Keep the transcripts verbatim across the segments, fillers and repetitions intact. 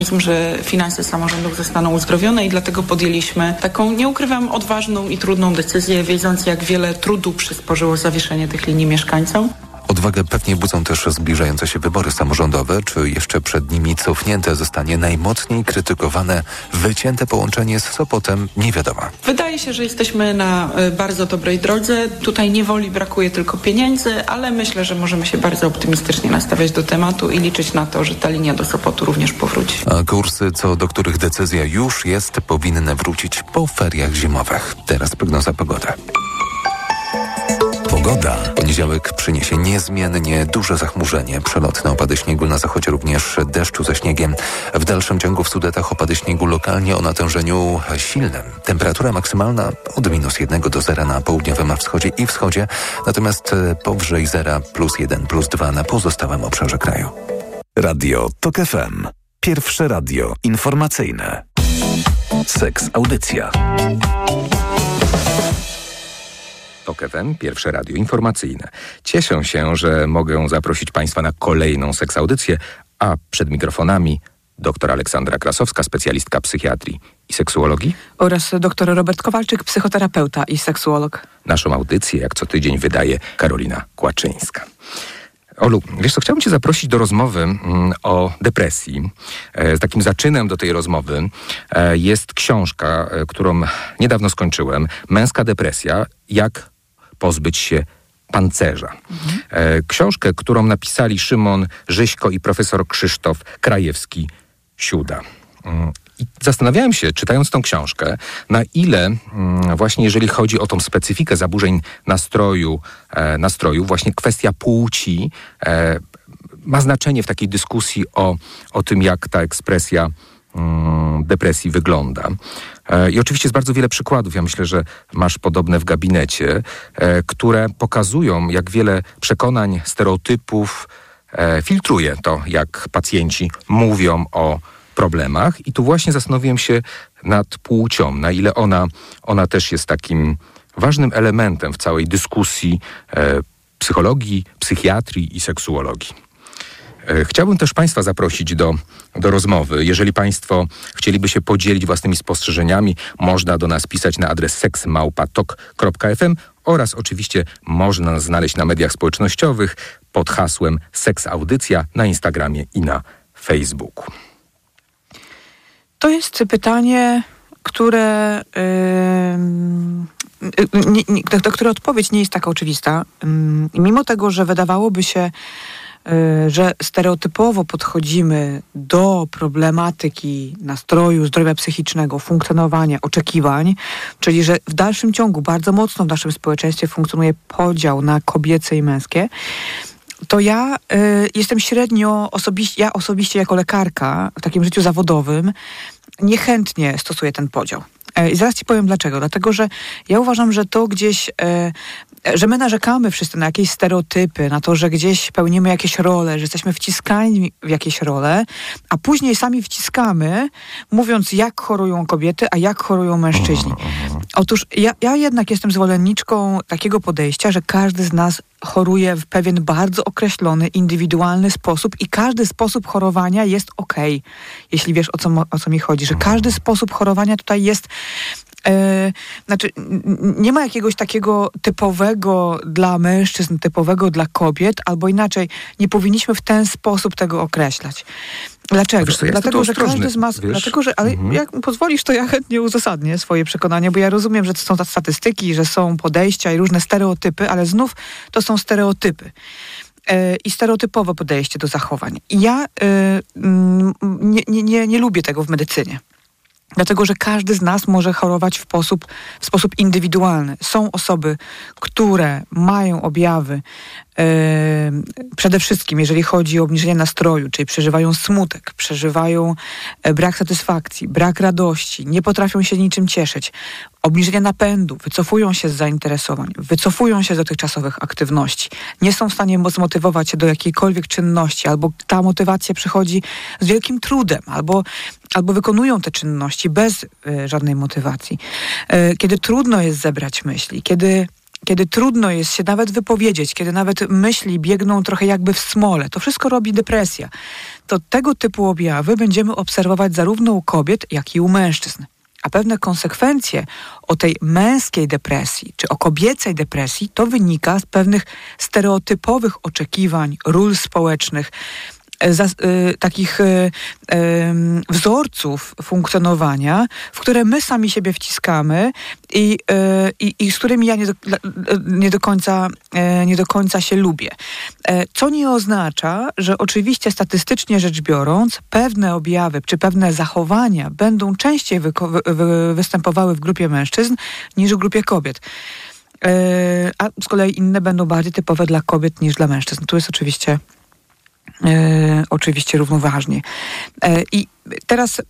że finanse samorządów zostaną uzdrowione i dlatego podjęliśmy taką, nie ukrywam, odważną i trudną decyzję, wiedząc, jak wiele trudu przysporzyło zawieszenie tych linii mieszkańcom. Odwagę pewnie budzą też zbliżające się wybory samorządowe. Czy jeszcze przed nimi cofnięte zostanie najmocniej krytykowane wycięte połączenie z Sopotem? Nie wiadomo. Wydaje się, że jesteśmy na bardzo dobrej drodze. Tutaj niewoli brakuje tylko pieniędzy, ale myślę, że możemy się bardzo optymistycznie nastawiać do tematu i liczyć na to, że ta linia do Sopotu również powróci. A kursy, co do których decyzja już jest, powinny wrócić po feriach zimowych. Teraz prognoza pogody. Pogoda. Poniedziałek przyniesie niezmiennie duże zachmurzenie, przelotne opady śniegu, na zachodzie również deszczu ze śniegiem. W dalszym ciągu w Sudetach opady śniegu lokalnie o natężeniu silnym. Temperatura maksymalna od minus jednego do zera na południowym wschodzie i wschodzie, natomiast powyżej zera plus jeden, plus dwa na pozostałym obszarze kraju. Radio TOK F M. Pierwsze radio informacyjne. Seks Audycja. TOK F M, pierwsze radio informacyjne. Cieszę się, że mogę zaprosić Państwa na kolejną seksaudycję, a przed mikrofonami dr Aleksandra Krasowska, specjalistka psychiatrii i seksuologii. Oraz dr Robert Kowalczyk, psychoterapeuta i seksuolog. Naszą audycję, jak co tydzień, wydaje Karolina Kłaczyńska. Olu, wiesz co, chciałbym Cię zaprosić do rozmowy mm, o depresji. E, z takim zaczynem do tej rozmowy e, jest książka, e, którą niedawno skończyłem. Męska depresja. Jak pozbyć się pancerza. Mhm. E, książkę, którą napisali Szymon Żyśko i profesor Krzysztof Krajewski-Siuda. Mm. I zastanawiałem się, czytając tą książkę, na ile mm, właśnie jeżeli chodzi o tą specyfikę zaburzeń nastroju, e, nastroju właśnie kwestia płci e, ma znaczenie w takiej dyskusji o, o tym, jak ta ekspresja mm, depresji wygląda. E, I oczywiście jest bardzo wiele przykładów, ja myślę, że masz podobne w gabinecie, e, które pokazują, jak wiele przekonań, stereotypów e, filtruje to, jak pacjenci mówią o problemach. I tu właśnie zastanowiłem się nad płcią, na ile ona, ona też jest takim ważnym elementem w całej dyskusji e, psychologii, psychiatrii i seksuologii. E, chciałbym też Państwa zaprosić do, do rozmowy. Jeżeli Państwo chcieliby się podzielić własnymi spostrzeżeniami, można do nas pisać na adres seks małpa tok kropka f m oraz oczywiście można nas znaleźć na mediach społecznościowych pod hasłem Seks Audycja na Instagramie i na Facebooku. To jest pytanie, które, yy, nie, nie, na które odpowiedź nie jest taka oczywista. Yy, mimo tego, że wydawałoby się, yy, że stereotypowo podchodzimy do problematyki nastroju, zdrowia psychicznego, funkcjonowania, oczekiwań, czyli że w dalszym ciągu bardzo mocno w naszym społeczeństwie funkcjonuje podział na kobiece i męskie, to ja y, jestem średnio osobiście, ja osobiście jako lekarka w takim życiu zawodowym niechętnie stosuję ten podział. Y, I zaraz ci powiem dlaczego. Dlatego, że ja uważam, że to gdzieś, y, że my narzekamy wszyscy na jakieś stereotypy, na to, że gdzieś pełnimy jakieś role, że jesteśmy wciskani w jakieś role, a później sami wciskamy, mówiąc, jak chorują kobiety, a jak chorują mężczyźni. Otóż ja, ja jednak jestem zwolenniczką takiego podejścia, że każdy z nas choruje w pewien bardzo określony, indywidualny sposób i każdy sposób chorowania jest okej, jeśli wiesz, o co, o co mi chodzi, że każdy sposób chorowania tutaj jest Yy, znaczy, nie ma jakiegoś takiego typowego dla mężczyzn, typowego dla kobiet, albo inaczej, nie powinniśmy w ten sposób tego określać. Dlaczego? Co, ja dlatego, że każdy z nas, wiesz? dlatego, że, ale mhm. jak pozwolisz, to ja chętnie uzasadnię swoje przekonania, bo ja rozumiem, że to są statystyki, że są podejścia i różne stereotypy, ale znów to są stereotypy. I stereotypowe podejście do zachowań. I ja yy, nie, nie, nie, nie lubię tego w medycynie. Dlatego, że każdy z nas może chorować w sposób, w sposób indywidualny. Są osoby, które mają objawy yy, przede wszystkim, jeżeli chodzi o obniżenie nastroju, czyli przeżywają smutek, przeżywają brak satysfakcji, brak radości, nie potrafią się niczym cieszyć, obniżenie napędu, wycofują się z zainteresowań, wycofują się z dotychczasowych aktywności, nie są w stanie zmotywować się do jakiejkolwiek czynności, albo ta motywacja przychodzi z wielkim trudem, albo, albo wykonują te czynności bez y, żadnej motywacji. Y, kiedy trudno jest zebrać myśli, kiedy kiedy trudno jest się nawet wypowiedzieć, kiedy nawet myśli biegną trochę jakby w smole, to wszystko robi depresja. To tego typu objawy będziemy obserwować zarówno u kobiet, jak i u mężczyzn. A pewne konsekwencje o tej męskiej depresji, czy o kobiecej depresji, to wynika z pewnych stereotypowych oczekiwań, ról społecznych, Za, y, takich y, y, wzorców funkcjonowania, w które my sami siebie wciskamy i, y, i, i z którymi ja nie do, nie, do końca, y, nie do końca się lubię. Y, co nie oznacza, że oczywiście statystycznie rzecz biorąc pewne objawy czy pewne zachowania będą częściej wyko- wy, wy, występowały w grupie mężczyzn niż w grupie kobiet. Y, a z kolei inne będą bardziej typowe dla kobiet niż dla mężczyzn. Tu jest oczywiście E, oczywiście równoważnie. E, I teraz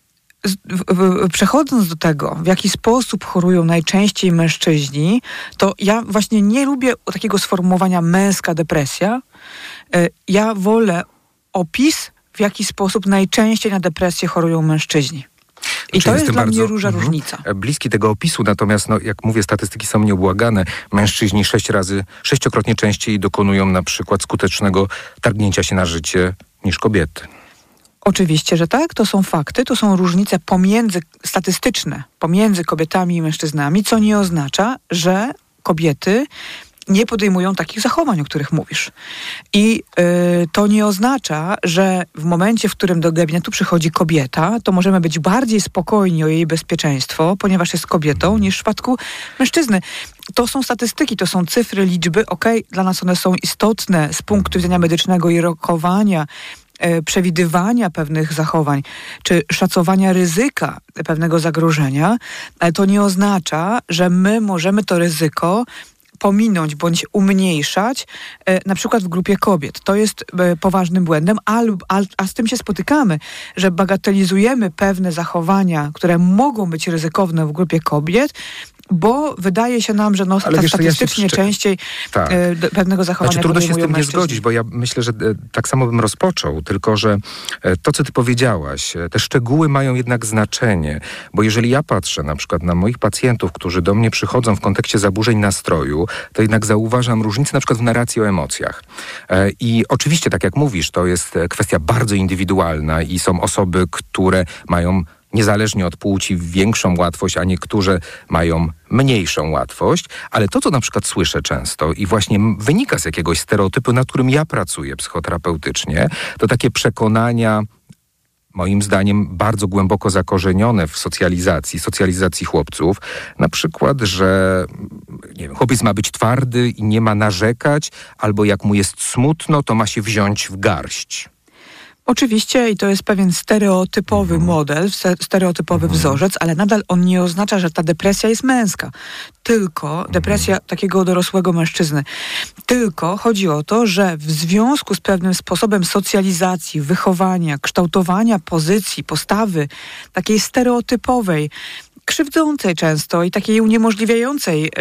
z, w, w, przechodząc do tego, w jaki sposób chorują najczęściej mężczyźni, to ja właśnie nie lubię takiego sformułowania męska depresja. E, ja wolę opis, w jaki sposób najczęściej na depresję chorują mężczyźni. I to jest dla bardzo, mnie duża mm, różnica. Bliski tego opisu, natomiast, no, jak mówię, statystyki są nieubłagane. Mężczyźni sześć razy, sześciokrotnie częściej dokonują na przykład skutecznego targnięcia się na życie niż kobiety. Oczywiście, że tak. To są fakty, to są różnice pomiędzy, statystyczne pomiędzy kobietami i mężczyznami, co nie oznacza, że kobiety nie podejmują takich zachowań, o których mówisz. I y, to nie oznacza, że w momencie, w którym do gabinetu przychodzi kobieta, to możemy być bardziej spokojni o jej bezpieczeństwo, ponieważ jest kobietą, niż w przypadku mężczyzny. To są statystyki, to są cyfry, liczby. Okej, dla nas one są istotne z punktu widzenia medycznego i rokowania, y, przewidywania pewnych zachowań, czy szacowania ryzyka pewnego zagrożenia, ale to nie oznacza, że my możemy to ryzyko pominąć bądź umniejszać, e, na przykład w grupie kobiet. To jest e, poważnym błędem, a, a, a z tym się spotykamy, że bagatelizujemy pewne zachowania, które mogą być ryzykowne w grupie kobiet, bo wydaje się nam, że no, Ale wiesz, statystycznie ja przy... częściej tak. e, pewnego zachowania znaczy, trudno się z tym mężczyźni. nie zgodzić, bo ja myślę, że e, tak samo bym rozpoczął, tylko że e, to, co ty powiedziałaś, e, te szczegóły mają jednak znaczenie, bo jeżeli ja patrzę na przykład na moich pacjentów, którzy do mnie przychodzą w kontekście zaburzeń nastroju, to jednak zauważam różnicę na przykład w narracji o emocjach. E, I oczywiście, tak jak mówisz, to jest kwestia bardzo indywidualna i są osoby, które mają niezależnie od płci większą łatwość, a niektórzy mają mniejszą łatwość, ale to, co na przykład słyszę często i właśnie wynika z jakiegoś stereotypu, nad którym ja pracuję psychoterapeutycznie, to takie przekonania, moim zdaniem bardzo głęboko zakorzenione w socjalizacji, socjalizacji chłopców. Na przykład, że nie wiem, chłopiec ma być twardy i nie ma narzekać, albo jak mu jest smutno, to ma się wziąć w garść. Oczywiście i to jest pewien stereotypowy mm. model, stereotypowy mm. wzorzec, ale nadal on nie oznacza, że ta depresja jest męska. Tylko depresja mm. takiego dorosłego mężczyzny. Tylko chodzi o to, że w związku z pewnym sposobem socjalizacji, wychowania, kształtowania pozycji, postawy, takiej stereotypowej, krzywdzącej często i takiej uniemożliwiającej y,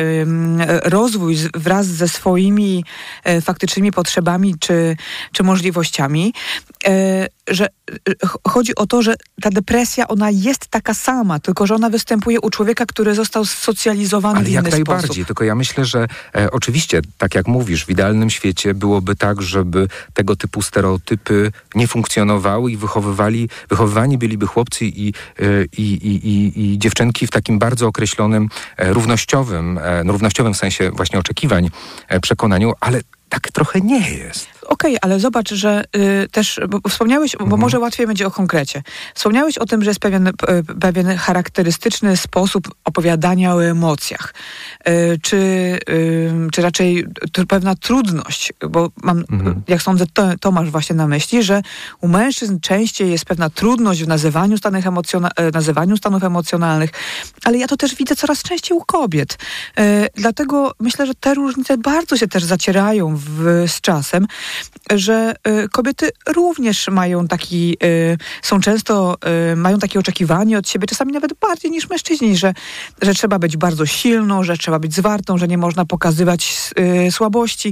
rozwój z, wraz ze swoimi y, faktycznymi potrzebami czy, czy możliwościami, y, że y, chodzi o to, że ta depresja, ona jest taka sama, tylko że ona występuje u człowieka, który został socjalizowany Ale w inny jak najbardziej, sposób. tylko ja myślę, że e, oczywiście, tak jak mówisz, w idealnym świecie byłoby tak, żeby tego typu stereotypy nie funkcjonowały i wychowywali, wychowywani byliby chłopcy i, y, i, i, i, i dziewczynki w takim bardzo określonym, e, równościowym, e, no, równościowym w sensie właśnie oczekiwań, e, przekonaniu, ale tak trochę nie jest. Okej, okay, ale zobacz, że y, też, bo wspomniałeś, mhm. bo może łatwiej będzie o konkrecie. Wspomniałeś o tym, że jest pewien, p, pewien charakterystyczny sposób opowiadania o emocjach. Y, czy, y, czy raczej to pewna trudność, bo mam, mhm. jak sądzę, to, to masz właśnie na myśli, że u mężczyzn częściej jest pewna trudność w nazywaniu, stanów emocjona- nazywaniu stanów emocjonalnych, ale ja to też widzę coraz częściej u kobiet. Y, dlatego myślę, że te różnice bardzo się też zacierają w, z czasem, że y, kobiety również mają taki, y, są często, y, mają takie oczekiwanie od siebie, czasami nawet bardziej niż mężczyźni, że, że trzeba być bardzo silną, że trzeba być zwartą, że nie można pokazywać y, słabości,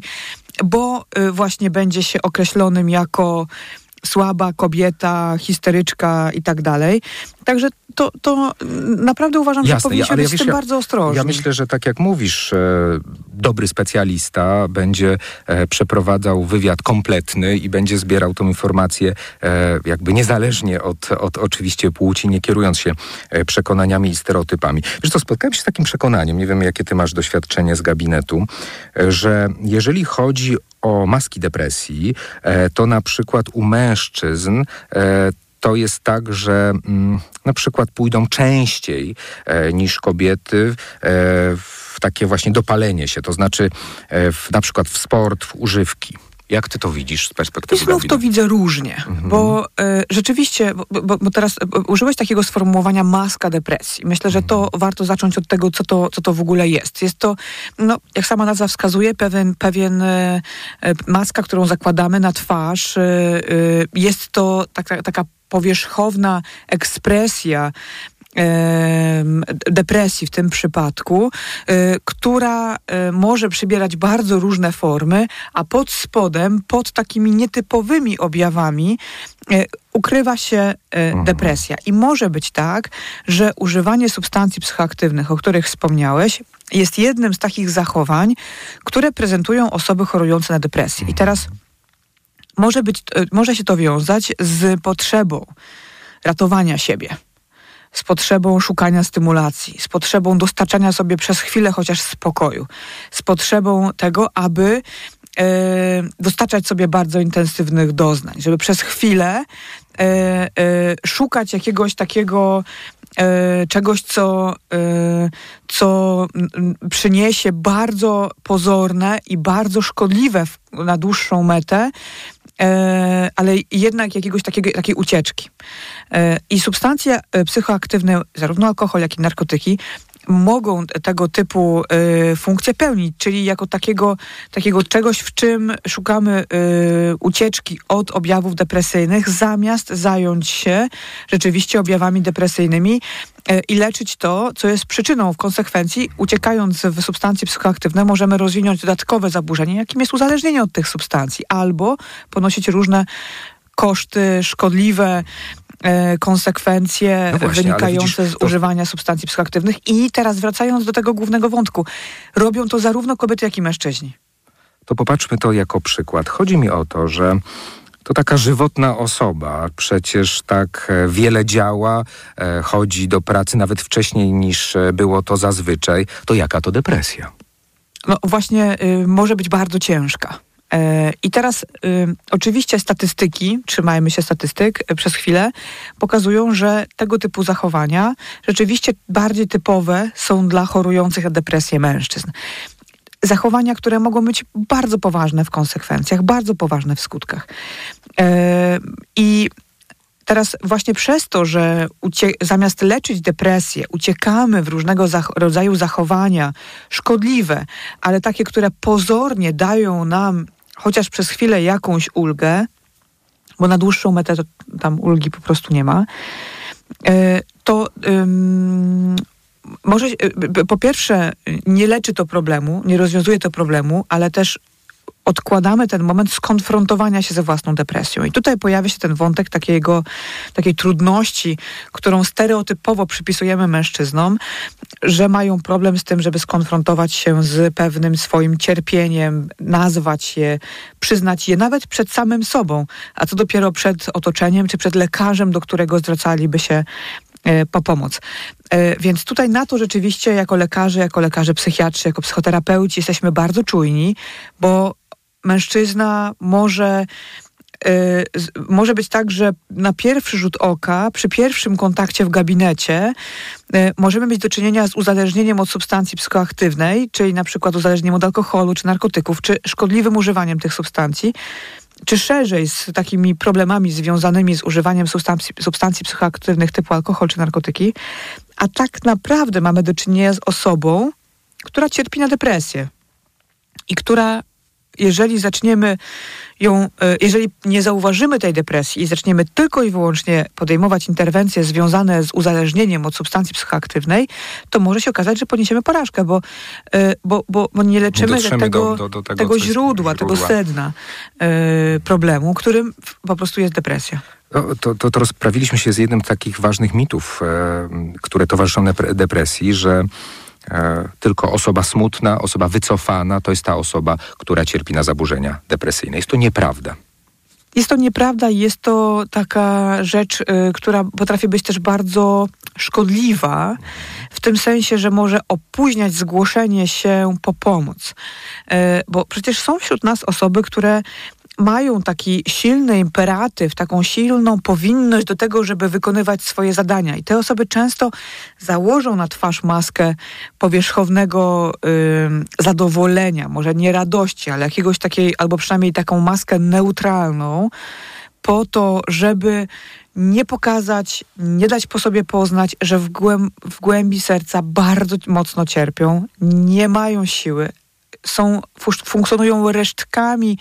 bo y, właśnie będzie się określonym jako słaba kobieta, histeryczka i tak dalej. Także to, to naprawdę uważam, Jasne, że powinniśmy ja, ale być ja, z tym wiesz, bardzo ostrożni. Ja myślę, że tak jak mówisz, e, dobry specjalista będzie e, przeprowadzał wywiad kompletny i będzie zbierał tą informację e, jakby niezależnie od, od oczywiście płci, nie kierując się e, przekonaniami i stereotypami. Wiesz co, spotkałem się z takim przekonaniem, nie wiem jakie ty masz doświadczenie z gabinetu, e, że jeżeli chodzi o maski depresji, e, to na przykład u mężczyzn e, to jest tak, że mm, na przykład pójdą częściej e, niż kobiety e, w takie właśnie dopalenie się, to znaczy e, w, na przykład w sport, w używki. Jak ty to widzisz z perspektywy I znów gabinetu? to widzę różnie, mhm. bo y, rzeczywiście, bo, bo, bo teraz y, użyłeś takiego sformułowania maska depresji. Myślę, że to mhm. warto zacząć od tego, co to, co to w ogóle jest. Jest to, no, jak sama nazwa wskazuje, pewien, pewien y, y, maska, którą zakładamy na twarz. Y, y, jest to taka, taka powierzchowna ekspresja depresji w tym przypadku, która może przybierać bardzo różne formy, a pod spodem, pod takimi nietypowymi objawami ukrywa się depresja. I może być tak, że używanie substancji psychoaktywnych, o których wspomniałeś, jest jednym z takich zachowań, które prezentują osoby chorujące na depresję. I teraz może być, może się to wiązać z potrzebą ratowania siebie, z potrzebą szukania stymulacji, z potrzebą dostarczania sobie przez chwilę chociaż spokoju, z potrzebą tego, aby e, dostarczać sobie bardzo intensywnych doznań, żeby przez chwilę e, e, szukać jakiegoś takiego e, czegoś, co, e, co m, przyniesie bardzo pozorne i bardzo szkodliwe w, na dłuższą metę, E, ale jednak jakiegoś takiego, takiej ucieczki. E, I substancje psychoaktywne, zarówno alkohol, jak i narkotyki, mogą tego typu y, funkcje pełnić, czyli jako takiego, takiego czegoś, w czym szukamy y, ucieczki od objawów depresyjnych, zamiast zająć się rzeczywiście objawami depresyjnymi y, i leczyć to, co jest przyczyną. W konsekwencji, uciekając w substancje psychoaktywne, możemy rozwinąć dodatkowe zaburzenie, jakim jest uzależnienie od tych substancji, albo ponosić różne koszty szkodliwe, konsekwencje no właśnie, wynikające widzisz, z to... używania substancji psychoaktywnych. I teraz wracając do tego głównego wątku, robią to zarówno kobiety, jak i mężczyźni. To popatrzmy to jako przykład. Chodzi mi o to, że to taka żywotna osoba, przecież tak wiele działa, chodzi do pracy nawet wcześniej niż było to zazwyczaj. To jaka to depresja? No właśnie y, może być bardzo ciężka. I teraz y, oczywiście statystyki, trzymajmy się statystyk y, przez chwilę, pokazują, że tego typu zachowania rzeczywiście bardziej typowe są dla chorujących na depresję mężczyzn. Zachowania, które mogą być bardzo poważne w konsekwencjach, bardzo poważne w skutkach. Y, I teraz właśnie przez to, że ucie- zamiast leczyć depresję, uciekamy w różnego zach- rodzaju zachowania szkodliwe, ale takie, które pozornie dają nam chociaż przez chwilę jakąś ulgę, bo na dłuższą metę to tam ulgi po prostu nie ma, to um, może po pierwsze nie leczy to problemu, nie rozwiązuje to problemu, ale też odkładamy ten moment skonfrontowania się ze własną depresją. I tutaj pojawia się ten wątek takiego, takiej trudności, którą stereotypowo przypisujemy mężczyznom, że mają problem z tym, żeby skonfrontować się z pewnym swoim cierpieniem, nazwać je, przyznać je nawet przed samym sobą, a co dopiero przed otoczeniem, czy przed lekarzem, do którego zwracaliby się po pomoc. Więc tutaj na to rzeczywiście jako lekarze, jako lekarze psychiatrzy, jako psychoterapeuci jesteśmy bardzo czujni, bo mężczyzna może, y, może być tak, że na pierwszy rzut oka, przy pierwszym kontakcie w gabinecie y, możemy mieć do czynienia z uzależnieniem od substancji psychoaktywnej, czyli na przykład uzależnieniem od alkoholu czy narkotyków, czy szkodliwym używaniem tych substancji, czy szerzej z takimi problemami związanymi z używaniem substancji, substancji psychoaktywnych typu alkohol czy narkotyki, a tak naprawdę mamy do czynienia z osobą, która cierpi na depresję i która, jeżeli zaczniemy ją, jeżeli nie zauważymy tej depresji i zaczniemy tylko i wyłącznie podejmować interwencje związane z uzależnieniem od substancji psychoaktywnej, to może się okazać, że poniesiemy porażkę, bo, bo, bo, bo nie leczymy nie tego, do, do, do tego, tego źródła, źródła, tego sedna y, problemu, którym po prostu jest depresja. To, to, to, to rozprawiliśmy się z jednym z takich ważnych mitów, e, które towarzyszą depre- depresji, że e, tylko osoba smutna, osoba wycofana to jest ta osoba, która cierpi na zaburzenia depresyjne. Jest to nieprawda. Jest to nieprawda i jest to taka rzecz, y, która potrafi być też bardzo szkodliwa, w tym sensie, że może opóźniać zgłoszenie się po pomoc. Y, bo przecież są wśród nas osoby, które mają taki silny imperatyw, taką silną powinność do tego, żeby wykonywać swoje zadania. I te osoby często założą na twarz maskę powierzchownego y, zadowolenia, może nie radości, ale jakiegoś takiej, albo przynajmniej taką maskę neutralną, po to, żeby nie pokazać, nie dać po sobie poznać, że w, głęb- w głębi serca bardzo mocno cierpią, nie mają siły, są, funkcjonują resztkami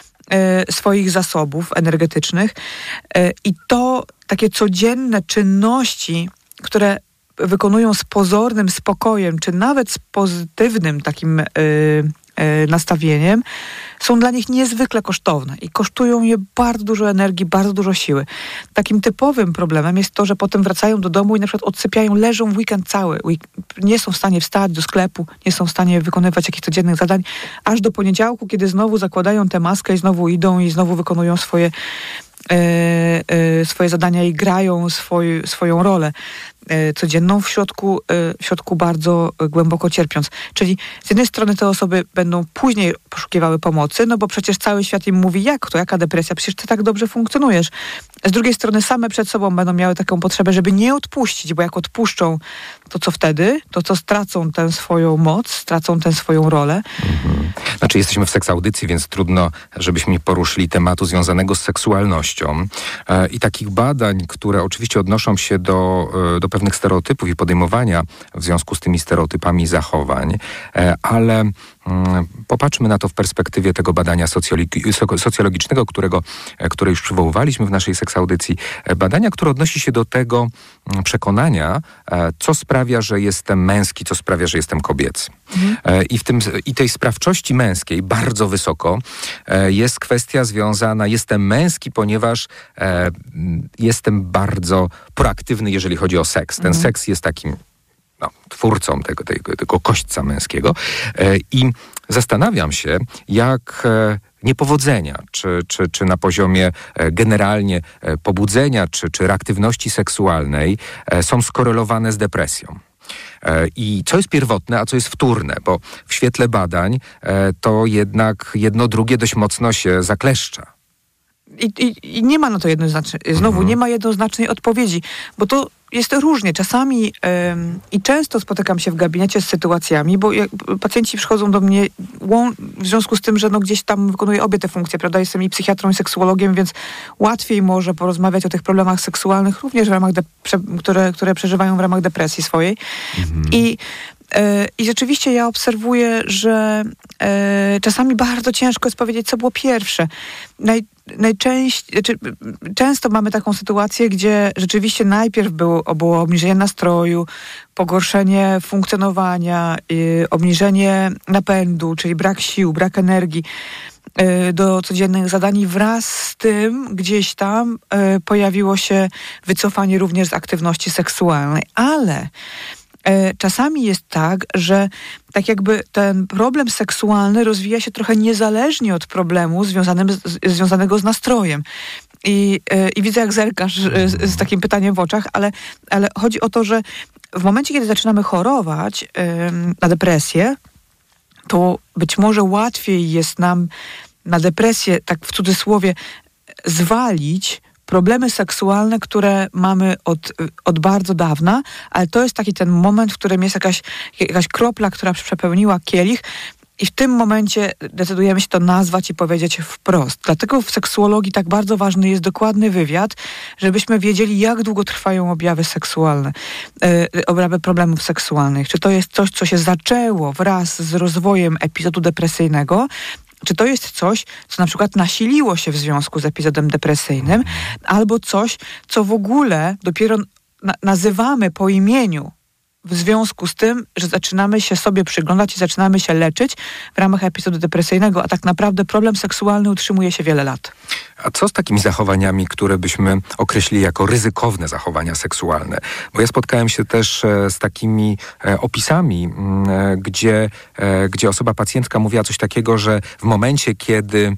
swoich zasobów energetycznych i to takie codzienne czynności, które wykonują z pozornym spokojem, czy nawet z pozytywnym takim nastawieniem, są dla nich niezwykle kosztowne i kosztują je bardzo dużo energii, bardzo dużo siły. Takim typowym problemem jest to, że potem wracają do domu i na przykład odsypiają, leżą weekend cały. Nie są w stanie wstać do sklepu, nie są w stanie wykonywać jakichś codziennych zadań, aż do poniedziałku, kiedy znowu zakładają tę maskę i znowu idą i znowu wykonują swoje, e, e, swoje zadania i grają swoj, swoją rolę codzienną w środku, w środku bardzo głęboko cierpiąc. Czyli z jednej strony te osoby będą później poszukiwały pomocy, no bo przecież cały świat im mówi, jak to, jaka depresja, przecież ty tak dobrze funkcjonujesz. Z drugiej strony same przed sobą będą miały taką potrzebę, żeby nie odpuścić, bo jak odpuszczą, to co wtedy? To co stracą tę swoją moc, stracą tę swoją rolę. Mhm. Znaczy jesteśmy w seks audycji, więc trudno, żebyśmy nie poruszyli tematu związanego z seksualnością e, i takich badań, które oczywiście odnoszą się do, e, do pewnych stereotypów i podejmowania w związku z tymi stereotypami zachowań, e, ale mm, popatrzmy na to w perspektywie tego badania socjologi- socjologicznego, którego, e, które już przywoływaliśmy w naszej seks audycji. E, badania, które odnosi się do tego mm, przekonania, e, co sprawia, że jestem męski, co sprawia, że jestem kobiecy. Mhm. E, I w tym, i tej sprawczości męskiej bardzo wysoko e, jest kwestia związana, jestem męski, ponieważ e, jestem bardzo proaktywny, jeżeli chodzi o seks. Ten mhm. seks jest takim no, twórcą tego, tego, tego kośćca męskiego e, i zastanawiam się, jak e, niepowodzenia, czy, czy, czy na poziomie e, generalnie e, pobudzenia, czy, czy reaktywności seksualnej e, są skorelowane z depresją. I co jest pierwotne, a co jest wtórne, bo w świetle badań to jednak jedno drugie dość mocno się zakleszcza. I, i, i nie ma na to jednoznacznej, znowu mhm. nie ma jednoznacznej odpowiedzi, bo to jest różnie. Czasami ym, i często spotykam się w gabinecie z sytuacjami, bo jak pacjenci przychodzą do mnie łą, w związku z tym, że no gdzieś tam wykonuję obie te funkcje, prawda? Jestem i psychiatrą, i seksuologiem, więc łatwiej może porozmawiać o tych problemach seksualnych, również w ramach de- prze, które, które przeżywają w ramach depresji swojej. Mhm. I I rzeczywiście ja obserwuję, że e, czasami bardzo ciężko jest powiedzieć, co było pierwsze. Naj, najczęściej, czy, często mamy taką sytuację, gdzie rzeczywiście najpierw było, było obniżenie nastroju, pogorszenie funkcjonowania, y, obniżenie napędu, czyli brak sił, brak energii y, do codziennych zadań i wraz z tym gdzieś tam y, pojawiło się wycofanie również z aktywności seksualnej. Ale czasami jest tak, że tak jakby ten problem seksualny rozwija się trochę niezależnie od problemu związanym z, związanego z nastrojem. I, i widzę, jak zerkasz z, z takim pytaniem w oczach, ale, ale chodzi o to, że w momencie, kiedy zaczynamy chorować ym, na depresję, to być może łatwiej jest nam na depresję, tak w cudzysłowie, zwalić problemy seksualne, które mamy od, od bardzo dawna, ale to jest taki ten moment, w którym jest jakaś, jakaś kropla, która przepełniła kielich i w tym momencie decydujemy się to nazwać i powiedzieć wprost. Dlatego w seksuologii tak bardzo ważny jest dokładny wywiad, żebyśmy wiedzieli, jak długo trwają objawy seksualne, yy, objawy problemów seksualnych. Czy to jest coś, co się zaczęło wraz z rozwojem epizodu depresyjnego, czy to jest coś, co na przykład nasiliło się w związku z epizodem depresyjnym, albo coś, co w ogóle dopiero na- nazywamy po imieniu w związku z tym, że zaczynamy się sobie przyglądać i zaczynamy się leczyć w ramach epizodu depresyjnego, a tak naprawdę problem seksualny utrzymuje się wiele lat. A co z takimi zachowaniami, które byśmy określili jako ryzykowne zachowania seksualne? Bo ja spotkałem się też e, z takimi e, opisami, m, e, gdzie, e, gdzie osoba pacjentka mówiła coś takiego, że w momencie, kiedy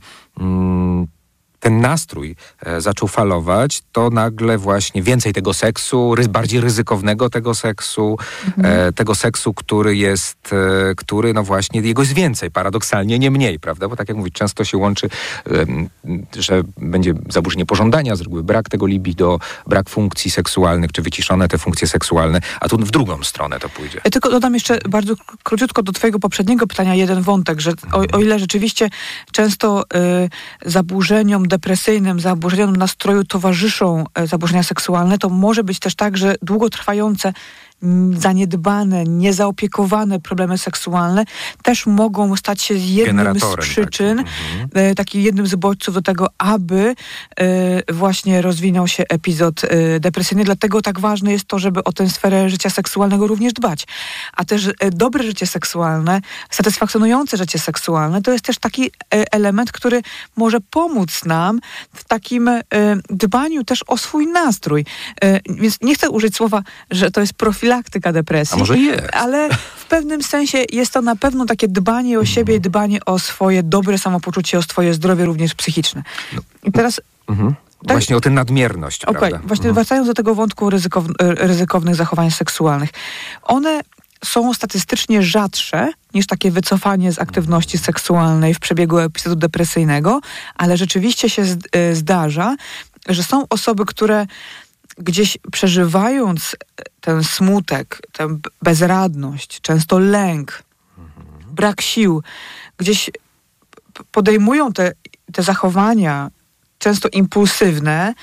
m, ten nastrój e, zaczął falować, to nagle właśnie więcej tego seksu, ry, bardziej ryzykownego tego seksu, mhm. e, tego seksu, który jest, e, który no właśnie, jego jest więcej, paradoksalnie, nie mniej, prawda? Bo tak jak mówić, często się łączy, e, że będzie zaburzenie pożądania, z reguły brak tego libido, brak funkcji seksualnych, czy wyciszone te funkcje seksualne, a tu w drugą stronę to pójdzie. Ja tylko dodam jeszcze bardzo króciutko do twojego poprzedniego pytania jeden wątek, że o, o ile rzeczywiście często y, zaburzeniom depresyjnym, zaburzeniom nastroju towarzyszą zaburzenia seksualne, to może być też tak, że długotrwające, zaniedbane, niezaopiekowane problemy seksualne też mogą stać się jednym z przyczyn, takim. takim jednym z bodźców do tego, aby y, właśnie rozwinął się epizod y, depresyjny. Dlatego tak ważne jest to, żeby o tę sferę życia seksualnego również dbać. A też y, dobre życie seksualne, satysfakcjonujące życie seksualne, to jest też taki y, element, który może pomóc nam w takim y, dbaniu też o swój nastrój. Y, więc nie chcę użyć słowa, że to jest profilaktyka depresji. A może jest. Ale w pewnym sensie jest to na pewno takie dbanie o siebie i dbanie o swoje dobre samopoczucie, o swoje zdrowie również psychiczne. I teraz... Mhm. Tak? Właśnie o tę nadmierność, okay, prawda? Właśnie mhm. wracając do tego wątku ryzykow, ryzykownych zachowań seksualnych. One są statystycznie rzadsze niż takie wycofanie z aktywności seksualnej w przebiegu epizodu depresyjnego, ale rzeczywiście się zdarza, że są osoby, które gdzieś przeżywając ten smutek, tę bezradność, często lęk, brak sił, gdzieś podejmują te, te zachowania, często impulsywne,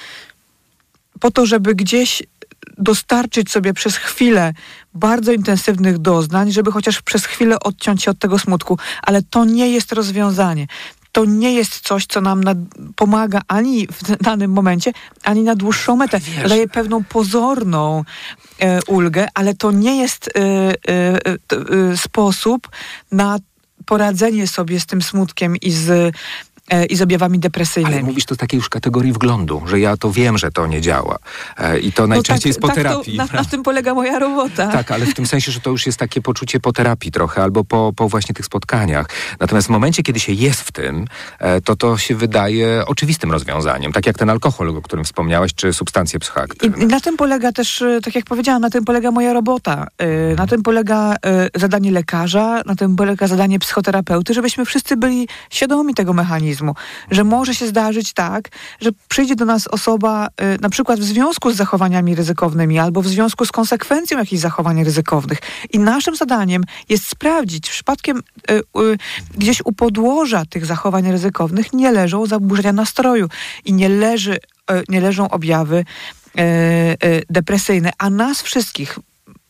po to, żeby gdzieś dostarczyć sobie przez chwilę bardzo intensywnych doznań, żeby chociaż przez chwilę odciąć się od tego smutku. Ale to nie jest rozwiązanie. To nie jest coś, co nam nad, pomaga ani w danym momencie, ani na dłuższą metę. Wiesz. Daje pewną pozorną e, ulgę, ale to nie jest e, e, e, sposób na poradzenie sobie z tym smutkiem i z i z objawami depresyjnymi. Ale mówisz to z takiej już kategorii wglądu, że ja to wiem, że to nie działa. E, I to najczęściej no tak, jest po tak terapii. To, na, na tym polega moja robota. Tak, ale w tym sensie, że to już jest takie poczucie po terapii trochę, albo po, po właśnie tych spotkaniach. Natomiast w momencie, kiedy się jest w tym, e, to to się wydaje oczywistym rozwiązaniem. Tak jak ten alkohol, o którym wspomniałeś, czy substancje psychoaktywne. I, I na tym polega też, tak jak powiedziałam, na tym polega moja robota. E, na tym polega e, zadanie lekarza, na tym polega zadanie psychoterapeuty, żebyśmy wszyscy byli świadomi tego mechanizmu, że może się zdarzyć tak, że przyjdzie do nas osoba y, na przykład w związku z zachowaniami ryzykownymi albo w związku z konsekwencją jakichś zachowań ryzykownych. I naszym zadaniem jest sprawdzić, przypadkiem y, y, gdzieś u podłoża tych zachowań ryzykownych nie leżą zaburzenia nastroju i nie, leży, y, nie leżą objawy y, y, depresyjne. A nas wszystkich,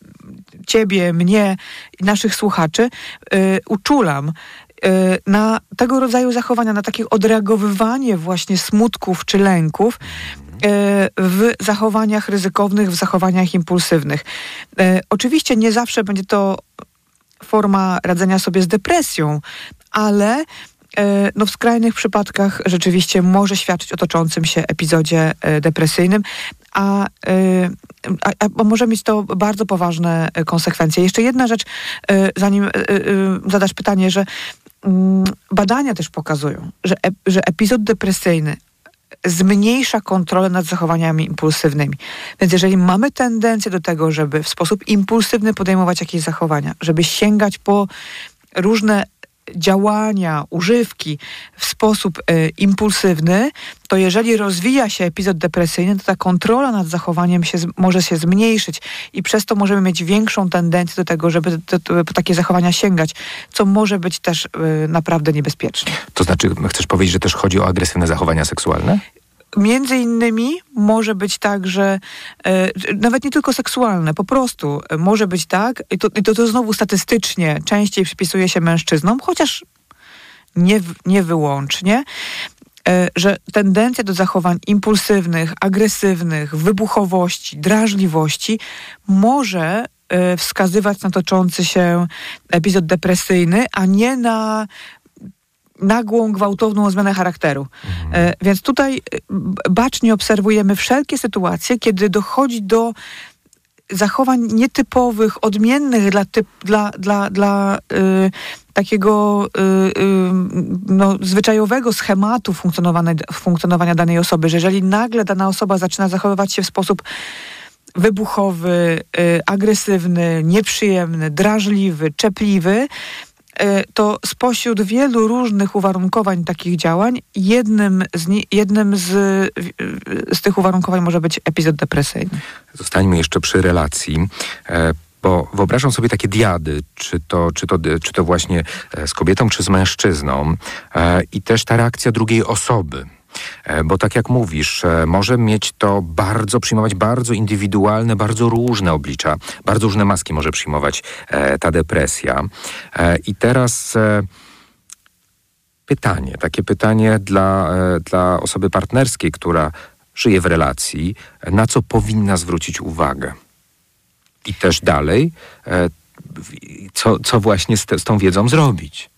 ciebie, mnie i naszych słuchaczy y, uczulam na tego rodzaju zachowania, na takie odreagowywanie właśnie smutków czy lęków w zachowaniach ryzykownych, w zachowaniach impulsywnych. Oczywiście nie zawsze będzie to forma radzenia sobie z depresją, ale no w skrajnych przypadkach rzeczywiście może świadczyć o toczącym się epizodzie depresyjnym, a, a, a może mieć to bardzo poważne konsekwencje. Jeszcze jedna rzecz, zanim zadasz pytanie, że badania też pokazują, że, ep, że epizod depresyjny zmniejsza kontrolę nad zachowaniami impulsywnymi. Więc jeżeli mamy tendencję do tego, żeby w sposób impulsywny podejmować jakieś zachowania, żeby sięgać po różne działania, używki w sposób y, impulsywny, to jeżeli rozwija się epizod depresyjny, to ta kontrola nad zachowaniem się, może się zmniejszyć i przez to możemy mieć większą tendencję do tego, żeby to, to, po takie zachowania sięgać, co może być też y, naprawdę niebezpieczne. To znaczy, chcesz powiedzieć, że też chodzi o agresywne zachowania seksualne? Między innymi może być tak, że e, nawet nie tylko seksualne, po prostu e, może być tak, i to, i to, to znowu statystycznie częściej przypisuje się mężczyznom, chociaż nie, nie wyłącznie, e, że tendencja do zachowań impulsywnych, agresywnych, wybuchowości, drażliwości może y, wskazywać na toczący się epizod depresyjny, a nie na nagłą, gwałtowną zmianę charakteru. Mhm. Y, więc tutaj bacznie obserwujemy wszelkie sytuacje, kiedy dochodzi do zachowań nietypowych, odmiennych dla, typ, dla, dla, dla y, takiego y, y, no, zwyczajowego schematu funkcjonowania, funkcjonowania danej osoby, że jeżeli nagle dana osoba zaczyna zachowywać się w sposób wybuchowy, y, agresywny, nieprzyjemny, drażliwy, czepliwy, to spośród wielu różnych uwarunkowań takich działań, jednym z, nie, jednym z, z tych uwarunkowań może być epizod depresyjny. Zostańmy jeszcze przy relacji, bo wyobrażam sobie takie diady, czy to, czy to, czy to właśnie z kobietą, czy z mężczyzną, i też ta reakcja drugiej osoby. Bo tak jak mówisz, może mieć to bardzo, przyjmować bardzo indywidualne, bardzo różne oblicza, bardzo różne maski może przyjmować e, ta depresja. E, I teraz e, pytanie, takie pytanie dla, e, dla osoby partnerskiej, która żyje w relacji, na co powinna zwrócić uwagę. I też dalej, e, co, co właśnie z, te, z tą wiedzą zrobić.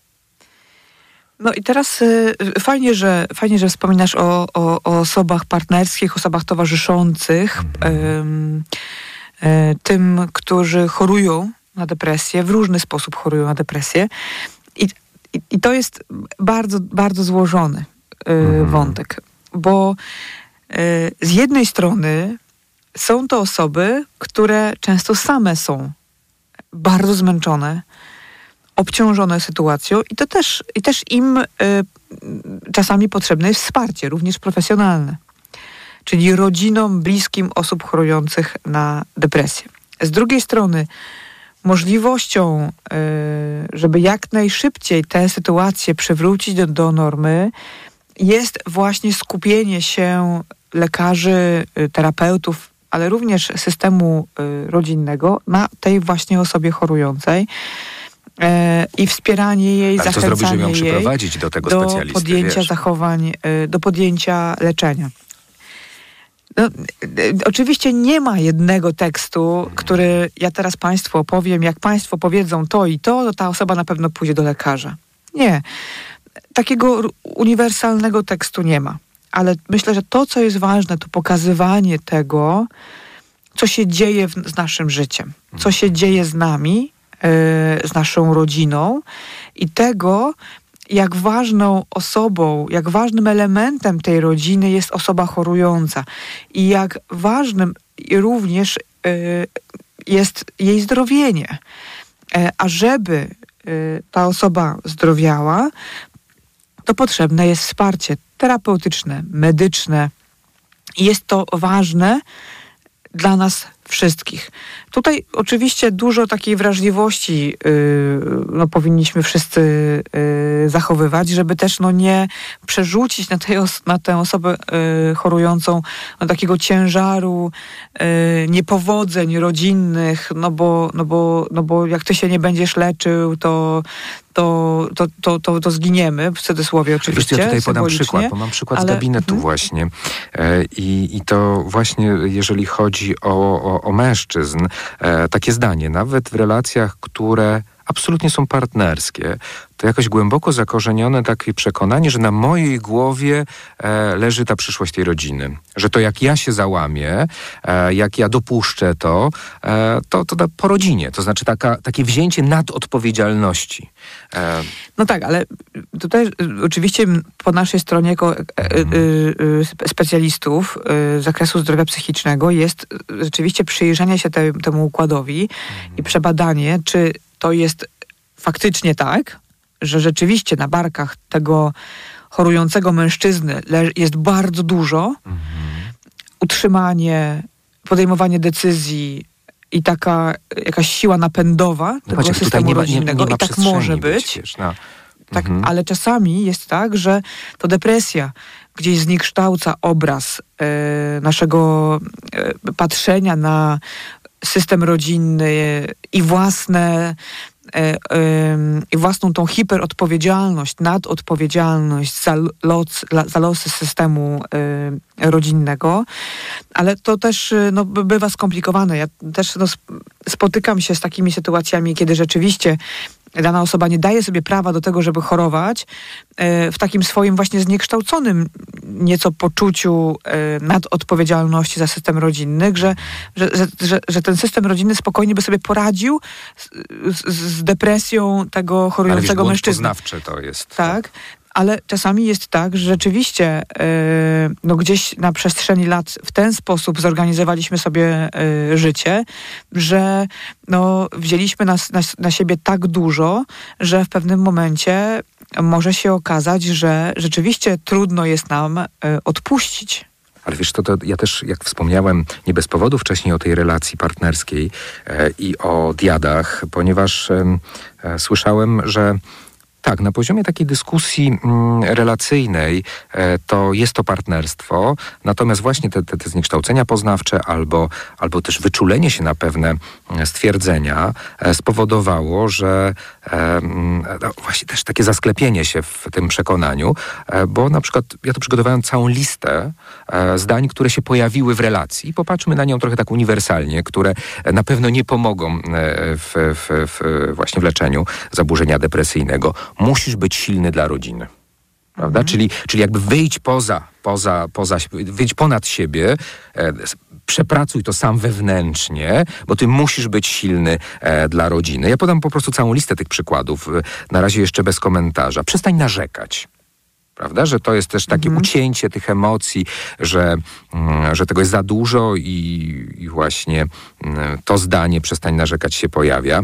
No i teraz y, fajnie, że, fajnie, że wspominasz o, o, o osobach partnerskich, osobach towarzyszących, mm. y, y, tym, którzy chorują na depresję, w różny sposób chorują na depresję. I, i, i to jest bardzo, bardzo złożony y, mm. wątek, bo y, z jednej strony są to osoby, które często same są bardzo zmęczone, obciążone sytuacją i to też, i też im y, czasami potrzebne jest wsparcie, również profesjonalne. Czyli rodzinom, bliskim osób chorujących na depresję. Z drugiej strony możliwością, y, żeby jak najszybciej tę sytuację przywrócić do, do normy, jest właśnie skupienie się lekarzy, y, terapeutów, ale również systemu y, rodzinnego na tej właśnie osobie chorującej, i wspieranie jej, ale zachęcanie co zrobić, żeby ją jej przyprowadzić do tego do specjalisty, podjęcia wiesz? zachowań, do podjęcia leczenia. No, oczywiście nie ma jednego tekstu, który ja teraz Państwu opowiem, jak Państwo powiedzą to i to, to ta osoba na pewno pójdzie do lekarza. Nie. Takiego uniwersalnego tekstu nie ma. Ale myślę, że to, co jest ważne, to pokazywanie tego, co się dzieje w, z naszym życiem, co się dzieje z nami, z naszą rodziną i tego, jak ważną osobą, jak ważnym elementem tej rodziny jest osoba chorująca i jak ważnym również y, jest jej zdrowienie. A żeby y, ta osoba zdrowiała, to potrzebne jest wsparcie terapeutyczne, medyczne. I jest to ważne dla nas wszystkich. Tutaj oczywiście dużo takiej wrażliwości yy, no, powinniśmy wszyscy yy, zachowywać, żeby też no, nie przerzucić na, tej os- na tę osobę yy, chorującą no, takiego ciężaru yy, niepowodzeń rodzinnych, no bo, no, bo, no bo jak ty się nie będziesz leczył, to To, to, to, to, to zginiemy, w cudzysłowie oczywiście. Wiesz, ja tutaj podam przykład, bo mam przykład ale... z gabinetu hmm. właśnie. E, i, I to właśnie jeżeli chodzi o, o, o mężczyzn, e, takie zdanie, nawet w relacjach, które absolutnie są partnerskie, to jakoś głęboko zakorzenione takie przekonanie, że na mojej głowie e, leży ta przyszłość tej rodziny. Że to jak ja się załamię, e, jak ja dopuszczę to, e, to, to da po rodzinie. To znaczy taka, takie wzięcie nadodpowiedzialności. E, no tak, ale tutaj oczywiście po naszej stronie jako e, e, e, specjalistów e, z zakresu zdrowia psychicznego jest rzeczywiście przyjrzenie się te, temu układowi mm. i przebadanie, czy to jest faktycznie tak, że rzeczywiście na barkach tego chorującego mężczyzny le- jest bardzo dużo. Mhm. Utrzymanie, podejmowanie decyzji i taka jakaś siła napędowa no tego systemu nie ma, rodzinnego. nie, nie ma i tak może być. być wiesz, no. Tak, mhm. ale czasami jest tak, że to depresja gdzieś zniekształca obraz e, naszego e, patrzenia na system rodzinny i własne i własną tą hiperodpowiedzialność, nadodpowiedzialność za, los, za losy systemu rodzinnego, ale to też no, bywa skomplikowane. Ja też no, spotykam się z takimi sytuacjami, kiedy rzeczywiście dana osoba nie daje sobie prawa do tego, żeby chorować w takim swoim właśnie zniekształconym nieco poczuciu nadodpowiedzialności za system rodzinny, że, że, że, że ten system rodzinny spokojnie by sobie poradził z, z depresją tego chorującego mężczyzny. Ale wiesz, błąd poznawczy to jest. Tak. Ale czasami jest tak, że rzeczywiście yy, no gdzieś na przestrzeni lat w ten sposób zorganizowaliśmy sobie yy, życie, że no, wzięliśmy na, na, na siebie tak dużo, że w pewnym momencie może się okazać, że rzeczywiście trudno jest nam yy, odpuścić. Ale wiesz, to, to ja też, jak wspomniałem, nie bez powodu wcześniej o tej relacji partnerskiej e, i o diadach, ponieważ e, e, słyszałem, że tak, na poziomie takiej dyskusji mm, relacyjnej e, to jest to partnerstwo, natomiast właśnie te, te, te zniekształcenia poznawcze albo, albo też wyczulenie się na pewne stwierdzenia e, spowodowało, że e, no, właśnie też takie zasklepienie się w tym przekonaniu, e, bo na przykład ja tu przygotowałem całą listę e, zdań, które się pojawiły w relacji i popatrzmy na nią trochę tak uniwersalnie, które na pewno nie pomogą e, w, w, w właśnie w leczeniu zaburzenia depresyjnego. Musisz być silny dla rodziny. Prawda? Mhm. Czyli, czyli jakby wyjdź poza, poza, poza, wyjdź ponad siebie, e, przepracuj to sam wewnętrznie, bo ty musisz być silny e, dla rodziny. Ja podam po prostu całą listę tych przykładów, e, na razie jeszcze bez komentarza. Przestań narzekać. Prawda? Że to jest też takie mhm. ucięcie tych emocji, że, mm, że tego jest za dużo i, i właśnie mm, to zdanie przestań narzekać się pojawia.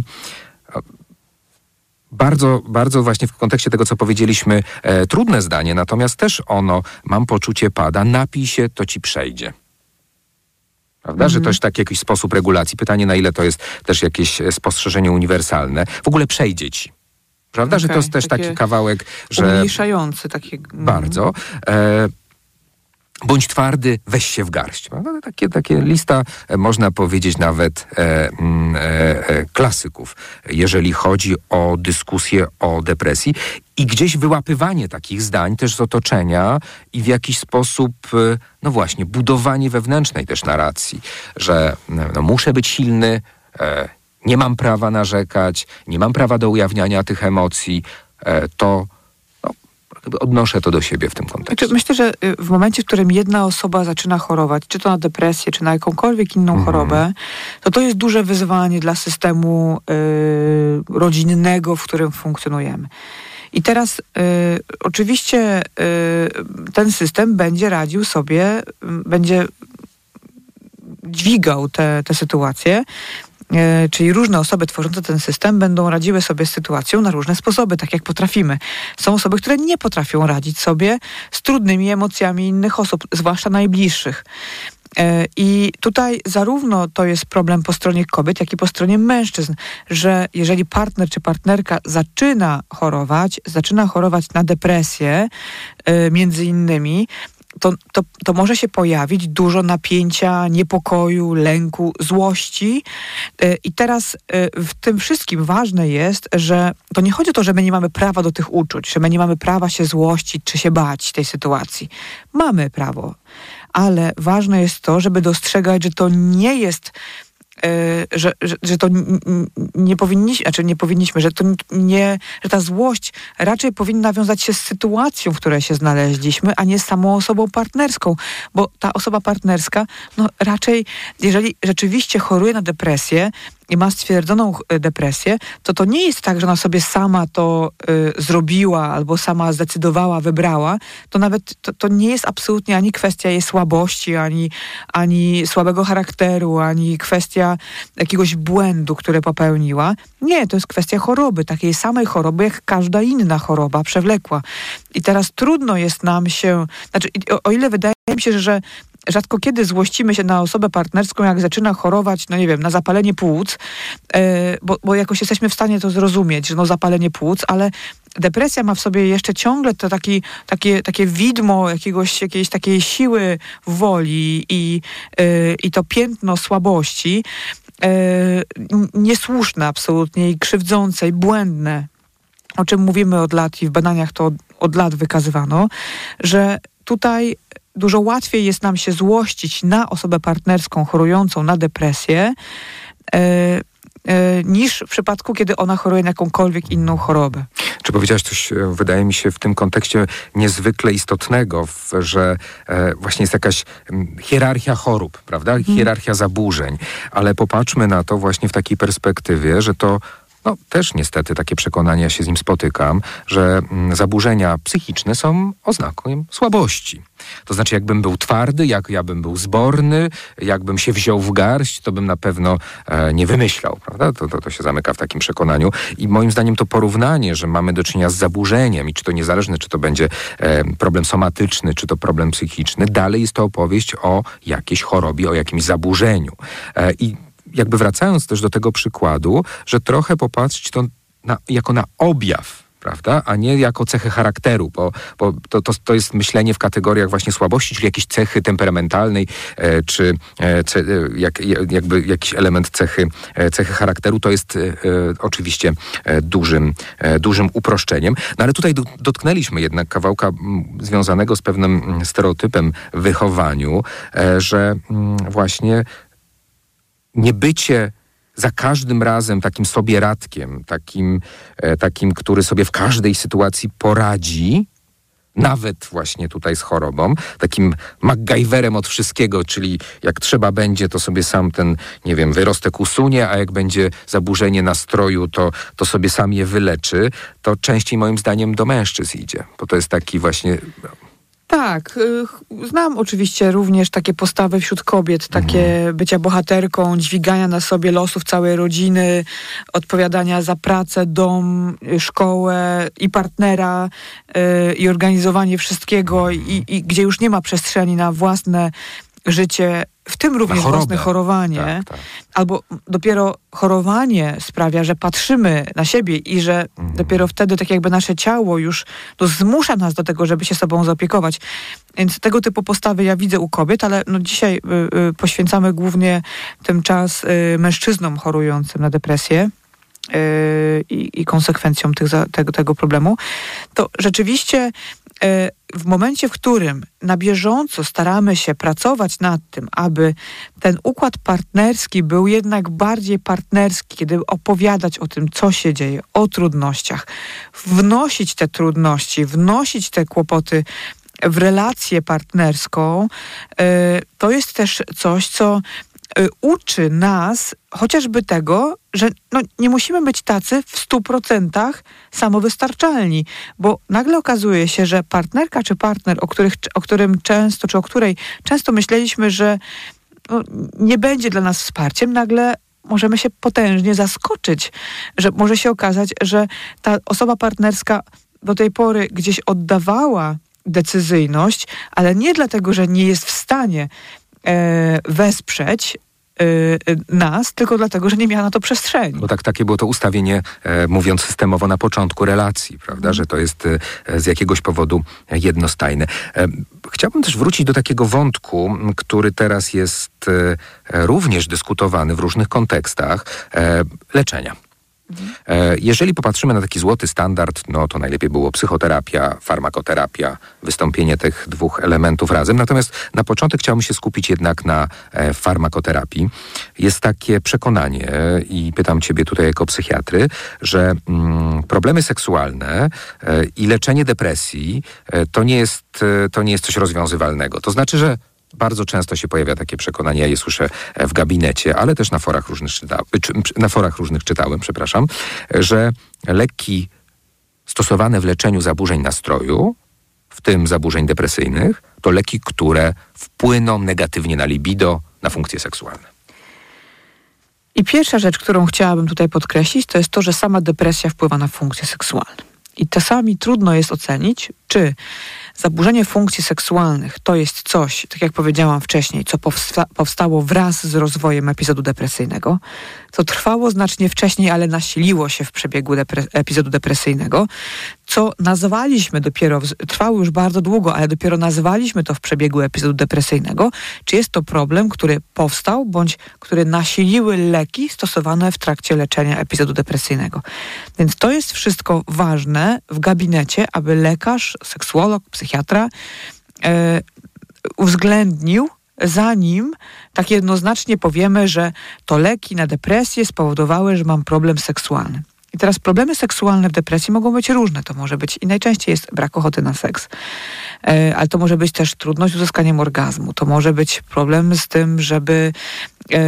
Bardzo, bardzo właśnie w kontekście tego, co powiedzieliśmy, e, trudne zdanie, natomiast też ono, mam poczucie, pada, napij się, to ci przejdzie. Prawda? Mm-hmm. Że to jest taki jakiś sposób regulacji. Pytanie, na ile to jest też jakieś spostrzeżenie uniwersalne. W ogóle przejdzie ci. Prawda? Okay, że to jest też taki kawałek, że... Umniejszający. Takie... Bardzo. E, Bądź twardy, weź się w garść. No, takie, takie lista, można powiedzieć, nawet e, e, e, klasyków, jeżeli chodzi o dyskusję o depresji i gdzieś wyłapywanie takich zdań też z otoczenia i w jakiś sposób, no właśnie, budowanie wewnętrznej też narracji, że no, muszę być silny, e, nie mam prawa narzekać, nie mam prawa do ujawniania tych emocji, e, to odnoszę to do siebie w tym kontekście. Znaczy, myślę, że w momencie, w którym jedna osoba zaczyna chorować, czy to na depresję, czy na jakąkolwiek inną mm. chorobę, to to jest duże wyzwanie dla systemu y, rodzinnego, w którym funkcjonujemy. I teraz y, oczywiście y, ten system będzie radził sobie, y, będzie dźwigał te, te sytuacje, czyli różne osoby tworzące ten system będą radziły sobie z sytuacją na różne sposoby, tak jak potrafimy. Są osoby, które nie potrafią radzić sobie z trudnymi emocjami innych osób, zwłaszcza najbliższych. I tutaj zarówno to jest problem po stronie kobiet, jak i po stronie mężczyzn, że jeżeli partner czy partnerka zaczyna chorować, zaczyna chorować na depresję, między innymi, To, to, to może się pojawić dużo napięcia, niepokoju, lęku, złości. I teraz w tym wszystkim ważne jest, że to nie chodzi o to, że my nie mamy prawa do tych uczuć, że my nie mamy prawa się złościć czy się bać tej sytuacji. Mamy prawo, ale ważne jest to, żeby dostrzegać, że to nie jest... Że, że, że to nie powinniśmy, znaczy nie powinniśmy, że to nie, że ta złość raczej powinna wiązać się z sytuacją, w której się znaleźliśmy, a nie z samą osobą partnerską, bo ta osoba partnerska, no raczej, jeżeli rzeczywiście choruje na depresję i ma stwierdzoną depresję, to to nie jest tak, że ona sobie sama to y, zrobiła albo sama zdecydowała, wybrała. To nawet to, to nie jest absolutnie ani kwestia jej słabości, ani, ani słabego charakteru, ani kwestia jakiegoś błędu, który popełniła. Nie, to jest kwestia choroby, takiej samej choroby, jak każda inna choroba przewlekła. I teraz trudno jest nam się... Znaczy, o, o ile wydaje mi się, że rzadko kiedy złościmy się na osobę partnerską, jak zaczyna chorować, no nie wiem, na zapalenie płuc, yy, bo, bo jakoś jesteśmy w stanie to zrozumieć, że no zapalenie płuc, ale depresja ma w sobie jeszcze ciągle to taki, takie, takie widmo jakiegoś, jakiejś takiej siły woli i, yy, i to piętno słabości. e, niesłuszne absolutnie i krzywdzące i błędne, o czym mówimy od lat i w badaniach to od, od lat wykazywano, że tutaj dużo łatwiej jest nam się złościć na osobę partnerską chorującą na depresję, e, e, niż w przypadku, kiedy ona choruje na jakąkolwiek inną chorobę. Czy powiedziałaś coś, wydaje mi się, w tym kontekście niezwykle istotnego, w, że e, właśnie jest jakaś m, hierarchia chorób, prawda? Hierarchia zaburzeń. Ale popatrzmy na to właśnie w takiej perspektywie, że to no, też niestety takie przekonania ja się z nim spotykam, że mm, zaburzenia psychiczne są oznaką słabości. To znaczy, jakbym był twardy, jak ja bym był zborny, jakbym się wziął w garść, to bym na pewno e, nie wymyślał, prawda? To, to, to się zamyka w takim przekonaniu. I moim zdaniem to porównanie, że mamy do czynienia z zaburzeniem i czy to niezależne, czy to będzie e, problem somatyczny, czy to problem psychiczny, dalej jest to opowieść o jakiejś chorobie, o jakimś zaburzeniu. E, I jakby wracając też do tego przykładu, że trochę popatrzeć to na, jako na objaw, prawda, a nie jako cechę charakteru, bo, bo to, to, to jest myślenie w kategoriach właśnie słabości, czyli jakiejś cechy temperamentalnej, e, czy e, ce, jak, jakby jakiś element cechy, e, cechy charakteru, to jest e, oczywiście e, dużym, e, dużym uproszczeniem. No ale tutaj do, dotknęliśmy jednak kawałka m, związanego z pewnym m, stereotypem w wychowaniu, e, że m, właśnie niebycie za każdym razem takim sobie radkiem, takim, e, takim, który sobie w każdej sytuacji poradzi, nawet właśnie tutaj z chorobą, takim MacGyverem od wszystkiego, czyli jak trzeba będzie, to sobie sam ten, nie wiem, wyrostek usunie, a jak będzie zaburzenie nastroju, to, to sobie sam je wyleczy, to częściej moim zdaniem do mężczyzn idzie, bo to jest taki właśnie... Tak, znam oczywiście również takie postawy wśród kobiet, takie mhm. bycia bohaterką, dźwigania na sobie losów całej rodziny, odpowiadania za pracę, dom, szkołę i partnera yy, i organizowanie wszystkiego i, i gdzie już nie ma przestrzeni na własne życie, w tym również własne chorowanie, tak, tak. Albo dopiero chorowanie sprawia, że patrzymy na siebie i że mhm. dopiero wtedy tak jakby nasze ciało już no, zmusza nas do tego, żeby się sobą zaopiekować. Więc tego typu postawy ja widzę u kobiet, ale no, dzisiaj y, y, poświęcamy głównie ten czas y, mężczyznom chorującym na depresję. Yy, i, i konsekwencją tych, za, tego, tego problemu, to rzeczywiście yy, w momencie, w którym na bieżąco staramy się pracować nad tym, aby ten układ partnerski był jednak bardziej partnerski, kiedy opowiadać o tym, co się dzieje, o trudnościach, wnosić te trudności, wnosić te kłopoty w relację partnerską, yy, to jest też coś, co uczy nas chociażby tego, że no, nie musimy być tacy w stu procentach samowystarczalni, bo nagle okazuje się, że partnerka czy partner, o, których, o którym często, czy o której często myśleliśmy, że no, nie będzie dla nas wsparciem, nagle możemy się potężnie zaskoczyć, że może się okazać, że ta osoba partnerska do tej pory gdzieś oddawała decyzyjność, ale nie dlatego, że nie jest w stanie E, wesprzeć e, nas, tylko dlatego, że nie miała na to przestrzeni. Bo tak, takie było to ustawienie, e, mówiąc systemowo, na początku relacji, prawda, mm. że to jest e, z jakiegoś powodu jednostajne. E, chciałbym też wrócić do takiego wątku, który teraz jest e, również dyskutowany w różnych kontekstach, e, leczenia. Jeżeli popatrzymy na taki złoty standard, no to najlepiej było psychoterapia, farmakoterapia, wystąpienie tych dwóch elementów razem. Natomiast na początek chciałbym się skupić jednak na e, farmakoterapii. Jest takie przekonanie i pytam ciebie tutaj jako psychiatry, że mm, problemy seksualne e, i leczenie depresji e, to nie jest, e, to nie jest coś rozwiązywalnego. To znaczy, że bardzo często się pojawia takie przekonanie, ja je słyszę w gabinecie, ale też na forach różnych czytałem, na forach różnych czytałem, przepraszam, że leki stosowane w leczeniu zaburzeń nastroju, w tym zaburzeń depresyjnych, to leki, które wpłyną negatywnie na libido, na funkcje seksualne. I pierwsza rzecz, którą chciałabym tutaj podkreślić, to jest to, że sama depresja wpływa na funkcje seksualne. I czasami trudno jest ocenić, czy zaburzenie funkcji seksualnych to jest coś, tak jak powiedziałam wcześniej, co powsta- powstało wraz z rozwojem epizodu depresyjnego, co trwało znacznie wcześniej, ale nasiliło się w przebiegu depre- epizodu depresyjnego, co nazwaliśmy dopiero, trwało już bardzo długo, ale dopiero nazwaliśmy to w przebiegu epizodu depresyjnego, czy jest to problem, który powstał, bądź który nasiliły leki stosowane w trakcie leczenia epizodu depresyjnego. Więc to jest wszystko ważne w gabinecie, aby lekarz, seksuolog, psychiatra e, uwzględnił, zanim tak jednoznacznie powiemy, że to leki na depresję spowodowały, że mam problem seksualny. I teraz problemy seksualne w depresji mogą być różne. To może być i najczęściej jest brak ochoty na seks, e, ale to może być też trudność z uzyskaniem orgazmu. To może być problem z tym, żeby e,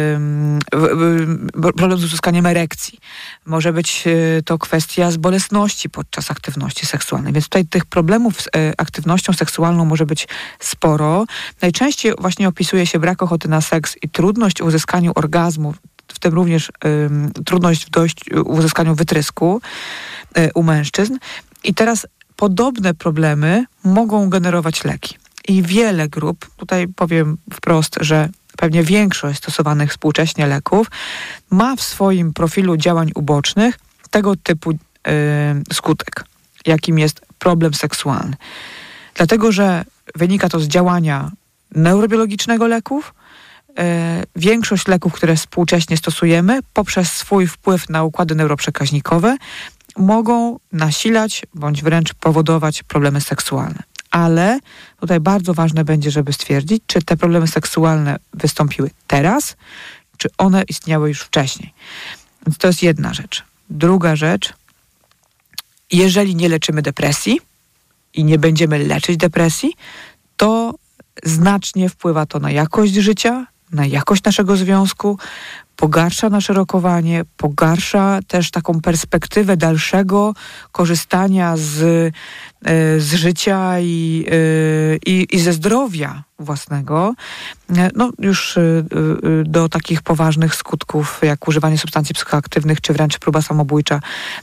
problem z uzyskaniem erekcji. Może być e, to kwestia z bolesności podczas aktywności seksualnej. Więc tutaj tych problemów z e, aktywnością seksualną może być sporo. Najczęściej właśnie opisuje się brak ochoty na seks i trudność w uzyskaniu orgazmu, w tym również y, trudność w, dojść, w uzyskaniu wytrysku y, u mężczyzn. I teraz podobne problemy mogą generować leki. I wiele grup, tutaj powiem wprost, że pewnie większość stosowanych współcześnie leków ma w swoim profilu działań ubocznych tego typu y, skutek, jakim jest problem seksualny. Dlatego, że wynika to z działania neurobiologicznego leków. Większość leków, które współcześnie stosujemy, poprzez swój wpływ na układy neuroprzekaźnikowe, mogą nasilać bądź wręcz powodować problemy seksualne. Ale tutaj bardzo ważne będzie, żeby stwierdzić, czy te problemy seksualne wystąpiły teraz, czy one istniały już wcześniej. Więc to jest jedna rzecz. Druga rzecz, jeżeli nie leczymy depresji i nie będziemy leczyć depresji, to znacznie wpływa to na jakość życia, na jakość naszego związku, pogarsza nasze rokowanie, pogarsza też taką perspektywę dalszego korzystania z, z życia i, i, i ze zdrowia własnego. No już do takich poważnych skutków, jak używanie substancji psychoaktywnych, czy wręcz próba samobójcza,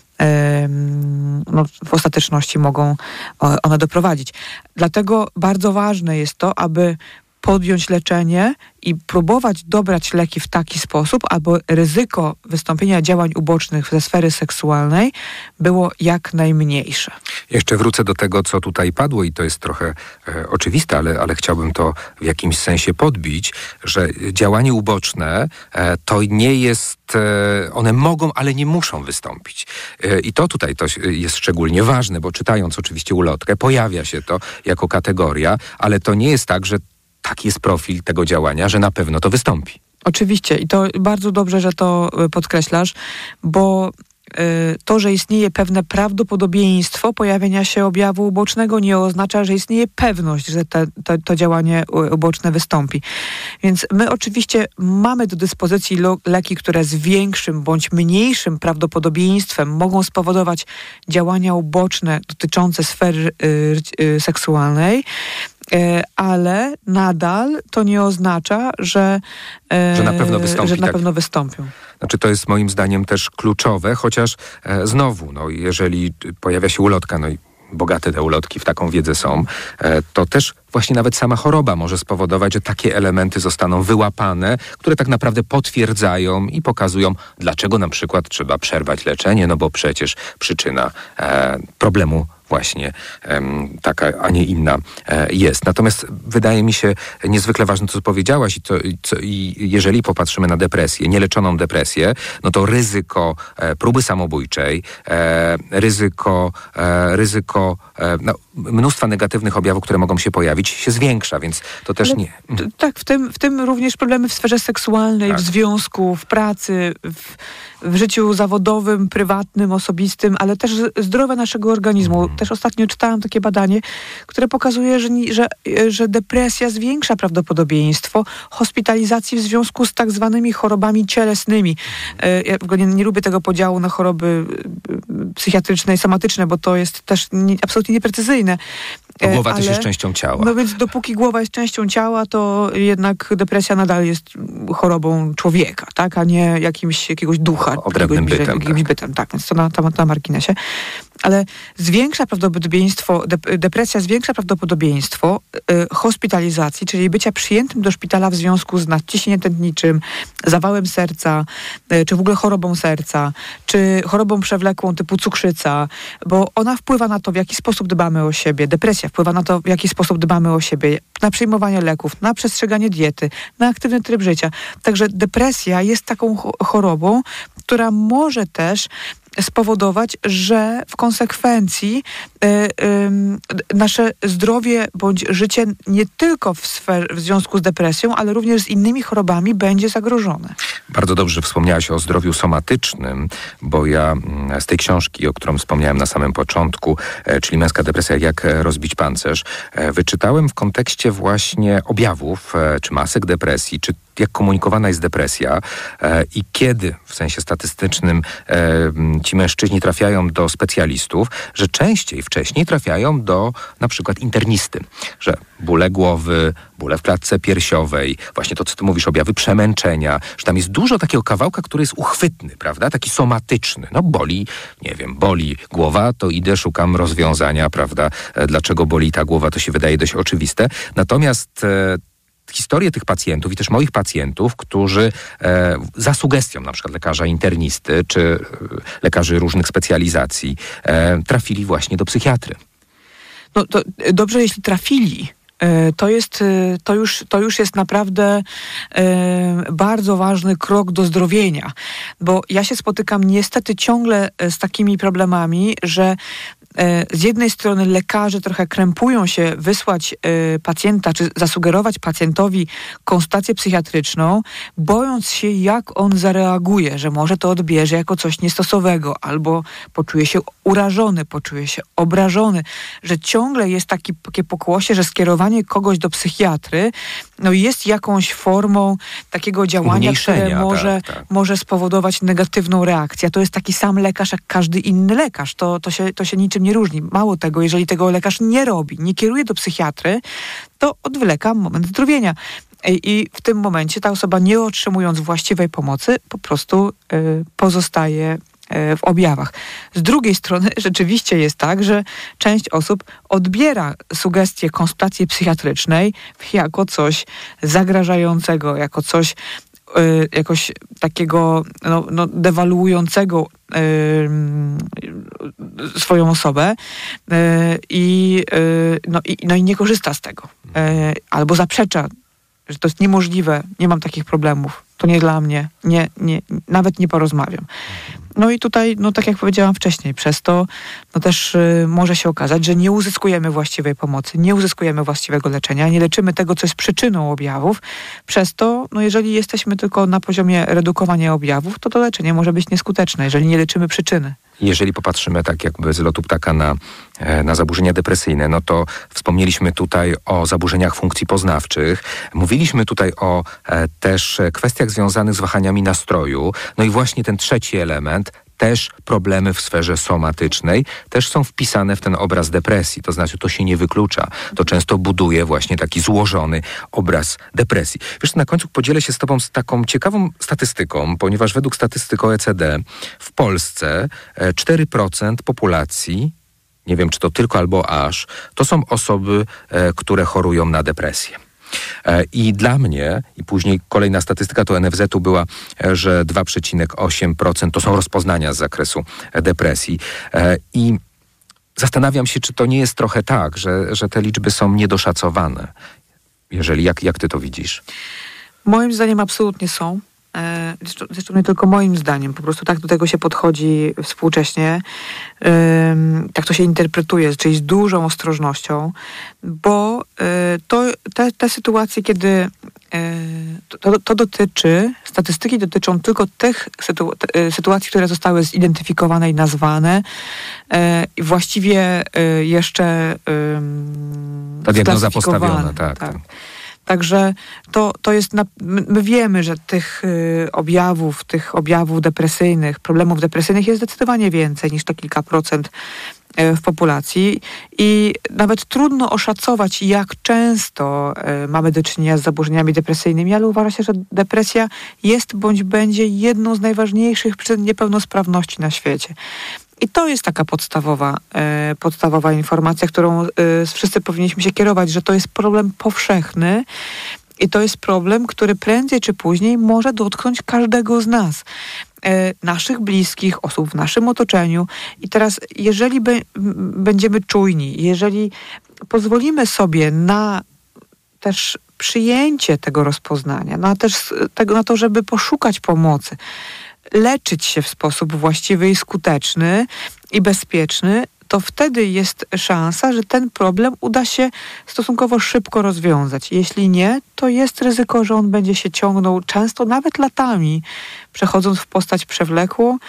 no, w ostateczności mogą one doprowadzić. Dlatego bardzo ważne jest to, aby podjąć leczenie i próbować dobrać leki w taki sposób, aby ryzyko wystąpienia działań ubocznych ze sfery seksualnej było jak najmniejsze. Jeszcze wrócę do tego, co tutaj padło i to jest trochę e, oczywiste, ale, ale chciałbym to w jakimś sensie podbić, że działanie uboczne e, to nie jest, e, one mogą, ale nie muszą wystąpić. E, I to tutaj to jest szczególnie ważne, bo czytając oczywiście ulotkę, pojawia się to jako kategoria, ale to nie jest tak, że taki jest profil tego działania, że na pewno to wystąpi. Oczywiście i to bardzo dobrze, że to podkreślasz, bo to, że istnieje pewne prawdopodobieństwo pojawienia się objawu ubocznego, nie oznacza, że istnieje pewność, że te, to, to działanie uboczne wystąpi. Więc my oczywiście mamy do dyspozycji lo- leki, które z większym bądź mniejszym prawdopodobieństwem mogą spowodować działania uboczne dotyczące sfery y, y, seksualnej, ale nadal to nie oznacza, że, że na pewno wystąpi. Że na tak. pewno wystąpią. Znaczy to jest moim zdaniem też kluczowe, chociaż e, znowu, no, jeżeli pojawia się ulotka, no i bogate te ulotki w taką wiedzę są, e, to też właśnie nawet sama choroba może spowodować, że takie elementy zostaną wyłapane, które tak naprawdę potwierdzają i pokazują, dlaczego na przykład trzeba przerwać leczenie, no bo przecież przyczyna e, problemu właśnie um, taka, a nie inna e, jest. Natomiast wydaje mi się niezwykle ważne, co powiedziałaś i, to, i, co, i jeżeli popatrzymy na depresję, nieleczoną depresję, no to ryzyko e, próby samobójczej, e, ryzyko, e, ryzyko e, no, mnóstwa negatywnych objawów, które mogą się pojawić, się zwiększa, więc to też Ale nie... t- tak, w tym, w tym również problemy w sferze seksualnej, tak. w związku, w pracy, w, w życiu zawodowym, prywatnym, osobistym, ale też zdrowie naszego organizmu. Mm. Też ostatnio czytałam takie badanie, które pokazuje, że, że, że depresja zwiększa prawdopodobieństwo hospitalizacji w związku z tak zwanymi chorobami cielesnymi. Ja w ogóle nie, nie lubię tego podziału na choroby psychiatryczne i somatyczne, bo to jest też nie, absolutnie nieprecyzyjne. Bo głowa ale, też jest częścią ciała. No więc dopóki głowa jest częścią ciała, to jednak depresja nadal jest chorobą człowieka, tak, a nie jakimś, jakiegoś ducha. Odrębnym bytem. Jakimś tak. bytem, tak, więc to na, to na marginesie. ale zwiększa prawdopodobieństwo, de, depresja zwiększa prawdopodobieństwo y, hospitalizacji, czyli bycia przyjętym do szpitala w związku z nadciśnieniem tętniczym, zawałem serca, y, czy w ogóle chorobą serca, czy chorobą przewlekłą typu cukrzyca, bo ona wpływa na to, w jaki sposób dbamy o siebie. Depresja wpływa na to, w jaki sposób dbamy o siebie, na przyjmowanie leków, na przestrzeganie diety, na aktywny tryb życia. Także depresja jest taką chorobą, która może też spowodować, że w konsekwencji y, y, nasze zdrowie bądź życie nie tylko w, sfer- w związku z depresją, ale również z innymi chorobami będzie zagrożone. Bardzo dobrze wspomniałaś o zdrowiu somatycznym, bo ja z tej książki, o którą wspomniałem na samym początku, e, czyli Męska depresja, jak rozbić pancerz, e, wyczytałem w kontekście właśnie objawów, e, czy masek depresji, czy jak komunikowana jest depresja e, i kiedy w sensie statystycznym e, ci mężczyźni trafiają do specjalistów, że częściej wcześniej trafiają do na przykład internisty, że bóle głowy, bóle w klatce piersiowej, właśnie to, co ty mówisz, objawy przemęczenia, że tam jest dużo takiego kawałka, który jest uchwytny, prawda? Taki somatyczny. No boli, nie wiem, boli głowa, to idę, szukam rozwiązania, prawda? E, dlaczego boli ta głowa, to się wydaje dość oczywiste. Natomiast e, historię tych pacjentów i też moich pacjentów, którzy e, za sugestią na przykład lekarza internisty czy e, lekarzy różnych specjalizacji e, trafili właśnie do psychiatry. No to dobrze, jeśli trafili. To jest, to już, to już jest naprawdę e, bardzo ważny krok do zdrowienia, bo ja się spotykam niestety ciągle z takimi problemami, że z jednej strony lekarze trochę krępują się wysłać y, pacjenta, czy zasugerować pacjentowi konsultację psychiatryczną, bojąc się, jak on zareaguje, że może to odbierze jako coś niestosownego, albo poczuje się urażony, poczuje się obrażony, że ciągle jest taki, takie pokłosie, że skierowanie kogoś do psychiatry no jest jakąś formą takiego działania, które może, tak, tak. może spowodować negatywną reakcję. To jest taki sam lekarz, jak każdy inny lekarz. To, to, się, to się niczym nie różni. Mało tego, jeżeli tego lekarz nie robi, nie kieruje do psychiatry, to odwleka moment zdrowienia. I, i w tym momencie ta osoba, nie otrzymując właściwej pomocy, po prostu y, pozostaje y, w objawach. Z drugiej strony rzeczywiście jest tak, że część osób odbiera sugestię konsultacji psychiatrycznej jako coś zagrażającego, jako coś y, jakoś takiego no, no, dewaluującego Yy, swoją osobę yy, i, yy, no, i, no i nie korzysta z tego. Yy, albo zaprzecza, że to jest niemożliwe, nie mam takich problemów, to nie dla mnie, nie, nie, nawet nie porozmawiam. No i tutaj, no tak jak powiedziałam wcześniej, przez to no też y, może się okazać, że nie uzyskujemy właściwej pomocy, nie uzyskujemy właściwego leczenia, nie leczymy tego, co jest przyczyną objawów. Przez to, no jeżeli jesteśmy tylko na poziomie redukowania objawów, to to leczenie może być nieskuteczne, jeżeli nie leczymy przyczyny. Jeżeli popatrzymy tak jakby z lotu ptaka na, na zaburzenia depresyjne, no to wspomnieliśmy tutaj o zaburzeniach funkcji poznawczych. Mówiliśmy tutaj o e, też kwestiach związanych z wahaniami nastroju. No i właśnie ten trzeci element, też problemy w sferze somatycznej, też są wpisane w ten obraz depresji. To znaczy, to się nie wyklucza. To często buduje właśnie taki złożony obraz depresji. Wiesz, na końcu podzielę się z tobą z taką ciekawą statystyką, ponieważ według statystyk O E C D w Polsce cztery procent populacji, nie wiem czy to tylko albo aż, to są osoby, które chorują na depresję. I dla mnie, i później kolejna statystyka to N F Z u była, że dwa przecinek osiem procent to są rozpoznania z zakresu depresji. I zastanawiam się, czy to nie jest trochę tak, że, że te liczby są niedoszacowane. Jeżeli, jak, jak ty to widzisz? Moim zdaniem absolutnie są. Zresztą, zresztą nie tylko moim zdaniem, po prostu tak do tego się podchodzi współcześnie, tak to się interpretuje, czyli z dużą ostrożnością, bo to, te, te sytuacje, kiedy to, to dotyczy, statystyki dotyczą tylko tych sytu, sytuacji, które zostały zidentyfikowane i nazwane i właściwie jeszcze ta diagnoza postawiona, tak. tak. Także to, to jest, na, my wiemy, że tych y, objawów, tych objawów depresyjnych, problemów depresyjnych jest zdecydowanie więcej niż te kilka procent y, w populacji i nawet trudno oszacować, jak często y, mamy do czynienia z zaburzeniami depresyjnymi, ale uważa się, że depresja jest bądź będzie jedną z najważniejszych przyczyn niepełnosprawności na świecie. I to jest taka podstawowa, e, podstawowa informacja, którą e, wszyscy powinniśmy się kierować, że to jest problem powszechny i to jest problem, który prędzej czy później może dotknąć każdego z nas. E, naszych bliskich, osób w naszym otoczeniu. I teraz, jeżeli be, będziemy czujni, jeżeli pozwolimy sobie na też przyjęcie tego rozpoznania, na, też tego, na to, żeby poszukać pomocy, leczyć się w sposób właściwy i skuteczny i bezpieczny, to wtedy jest szansa, że ten problem uda się stosunkowo szybko rozwiązać. Jeśli nie, to jest ryzyko, że on będzie się ciągnął często nawet latami, przechodząc w postać przewlekłą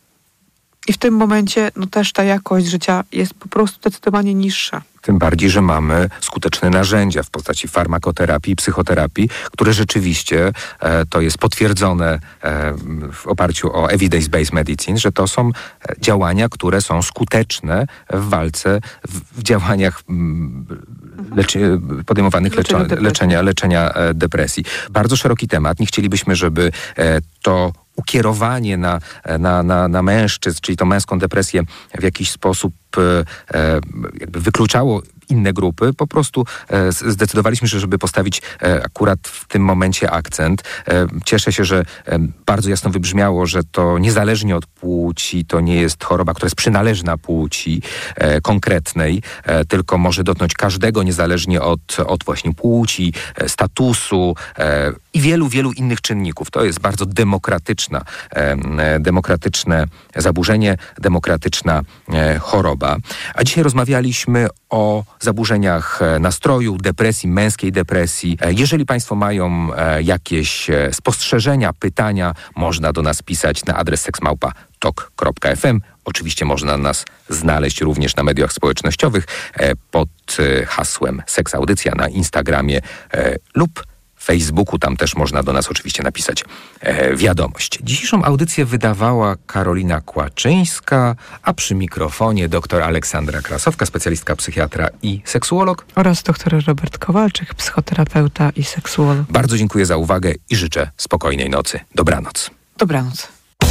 i w tym momencie no, też ta jakość życia jest po prostu zdecydowanie niższa. Tym bardziej, że mamy skuteczne narzędzia w postaci farmakoterapii i psychoterapii, które rzeczywiście, e, to jest potwierdzone e, w oparciu o evidence-based medicine, że to są działania, które są skuteczne w walce, w, w działaniach m, leczy, podejmowanych leczo, leczenia, leczenia e, depresji. Bardzo szeroki temat. Nie chcielibyśmy, żeby e, to ukierowanie na, na, na, na mężczyzn, czyli tą męską depresję w jakiś sposób e, jakby wykluczało inne grupy. Po prostu e, zdecydowaliśmy się, żeby postawić e, akurat w tym momencie akcent. E, cieszę się, że e, bardzo jasno wybrzmiało, że to niezależnie od płci, to nie jest choroba, która jest przynależna płci e, konkretnej, e, tylko może dotknąć każdego, niezależnie od, od właśnie płci, e, statusu e, i wielu, wielu innych czynników. To jest bardzo demokratyczna, e, demokratyczne zaburzenie, demokratyczna e, choroba. A dzisiaj rozmawialiśmy o zaburzeniach nastroju, depresji, męskiej depresji. Jeżeli Państwo mają jakieś spostrzeżenia, pytania, można do nas pisać na adres seksmałpa tok kropka f m. Oczywiście można nas znaleźć również na mediach społecznościowych pod hasłem Seks Audycja na Instagramie lub Facebooku, tam też można do nas oczywiście napisać e, wiadomość. Dzisiejszą audycję wydawała Karolina Kłaczyńska, a przy mikrofonie dr Aleksandra Krasowka, specjalistka psychiatra i seksuolog. Oraz dr Robert Kowalczyk, psychoterapeuta i seksuolog. Bardzo dziękuję za uwagę i życzę spokojnej nocy. Dobranoc. Dobranoc.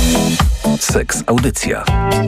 Seks Audycja.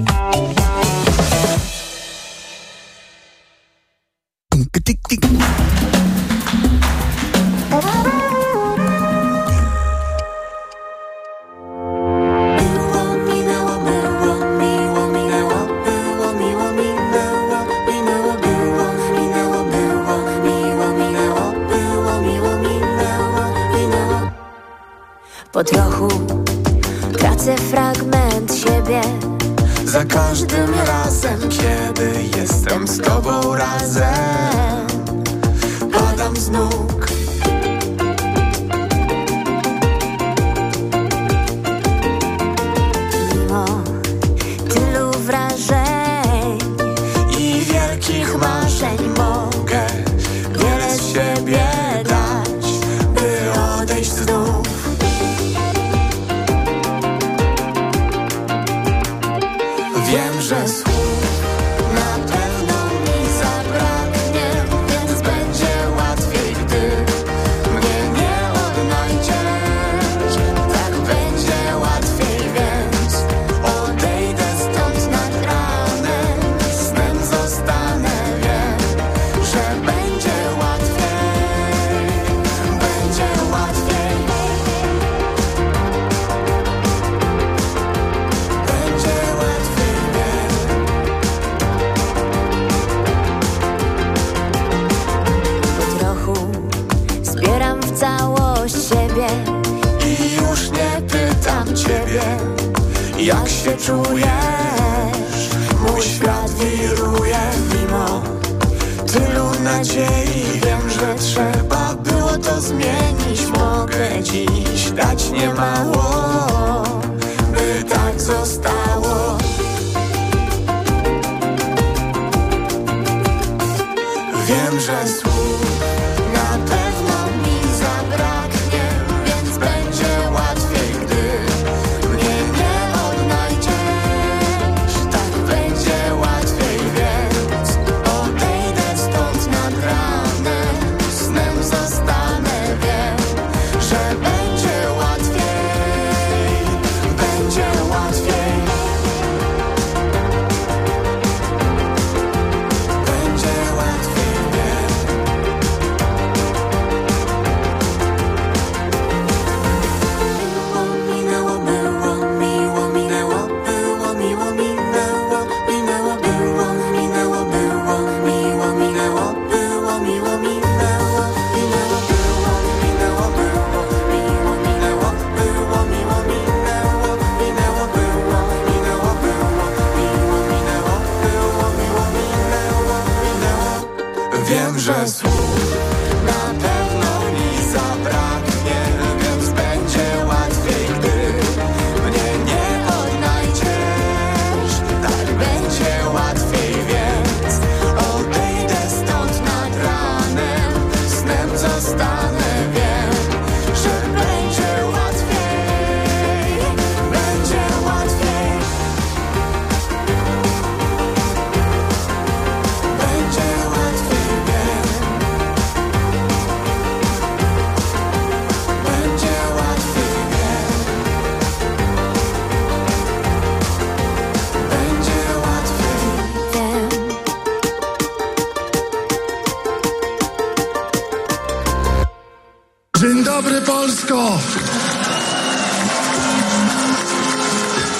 Po trochu tracę fragment siebie. Za każdym razem, kiedy jestem z tobą razem, padam z nóg. Mimo tylu wrażeń i wielkich marzeń mogę wiele z siebie dać, by odejść znów. Wiem, że słów na pewno mi zabraknie, więc będzie łatwiej, gdy mnie nie odnajdziesz. Tak będzie łatwiej, więc odejdę stąd nad ranem. Snem zostanę, wiem, że będzie łatwiej, będzie łatwiej. Będzie łatwiej. zbieram w całość siebie i już nie pytam ciebie, jak się czujesz. Mój świat wiruje mimo tylu nadziei. Wiem, że trzeba było to zmienić. Mogę dziś dać niemało, by tak zostało. Wiem, że słów na pewno mi zabraknie, więc będzie łatwiej, gdy mnie nie odnajdziesz. Tak będzie łatwiej, więc odejdę stąd nad ranem. Snem zostanę, wiem, że będzie łatwiej, będzie łatwiej.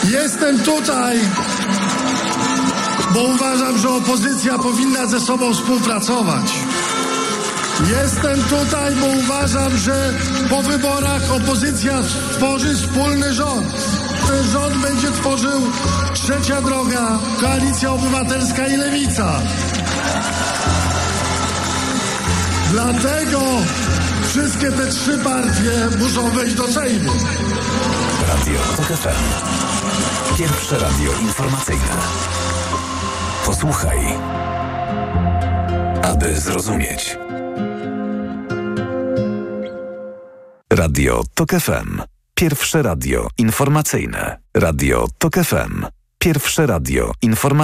Jestem tutaj, bo uważam, że opozycja powinna ze sobą współpracować. Jestem tutaj, bo uważam, że po wyborach opozycja stworzy wspólny rząd. Ten rząd będzie tworzył Trzecia Droga, Koalicja Obywatelska i Lewica. Dlatego wszystkie te trzy partie muszą wejść do Sejmu. Radio TOK F M. Pierwsze radio informacyjne. Posłuchaj, aby zrozumieć. Radio TOK F M. Pierwsze radio informacyjne. Radio TOK F M. Pierwsze radio informacyjne.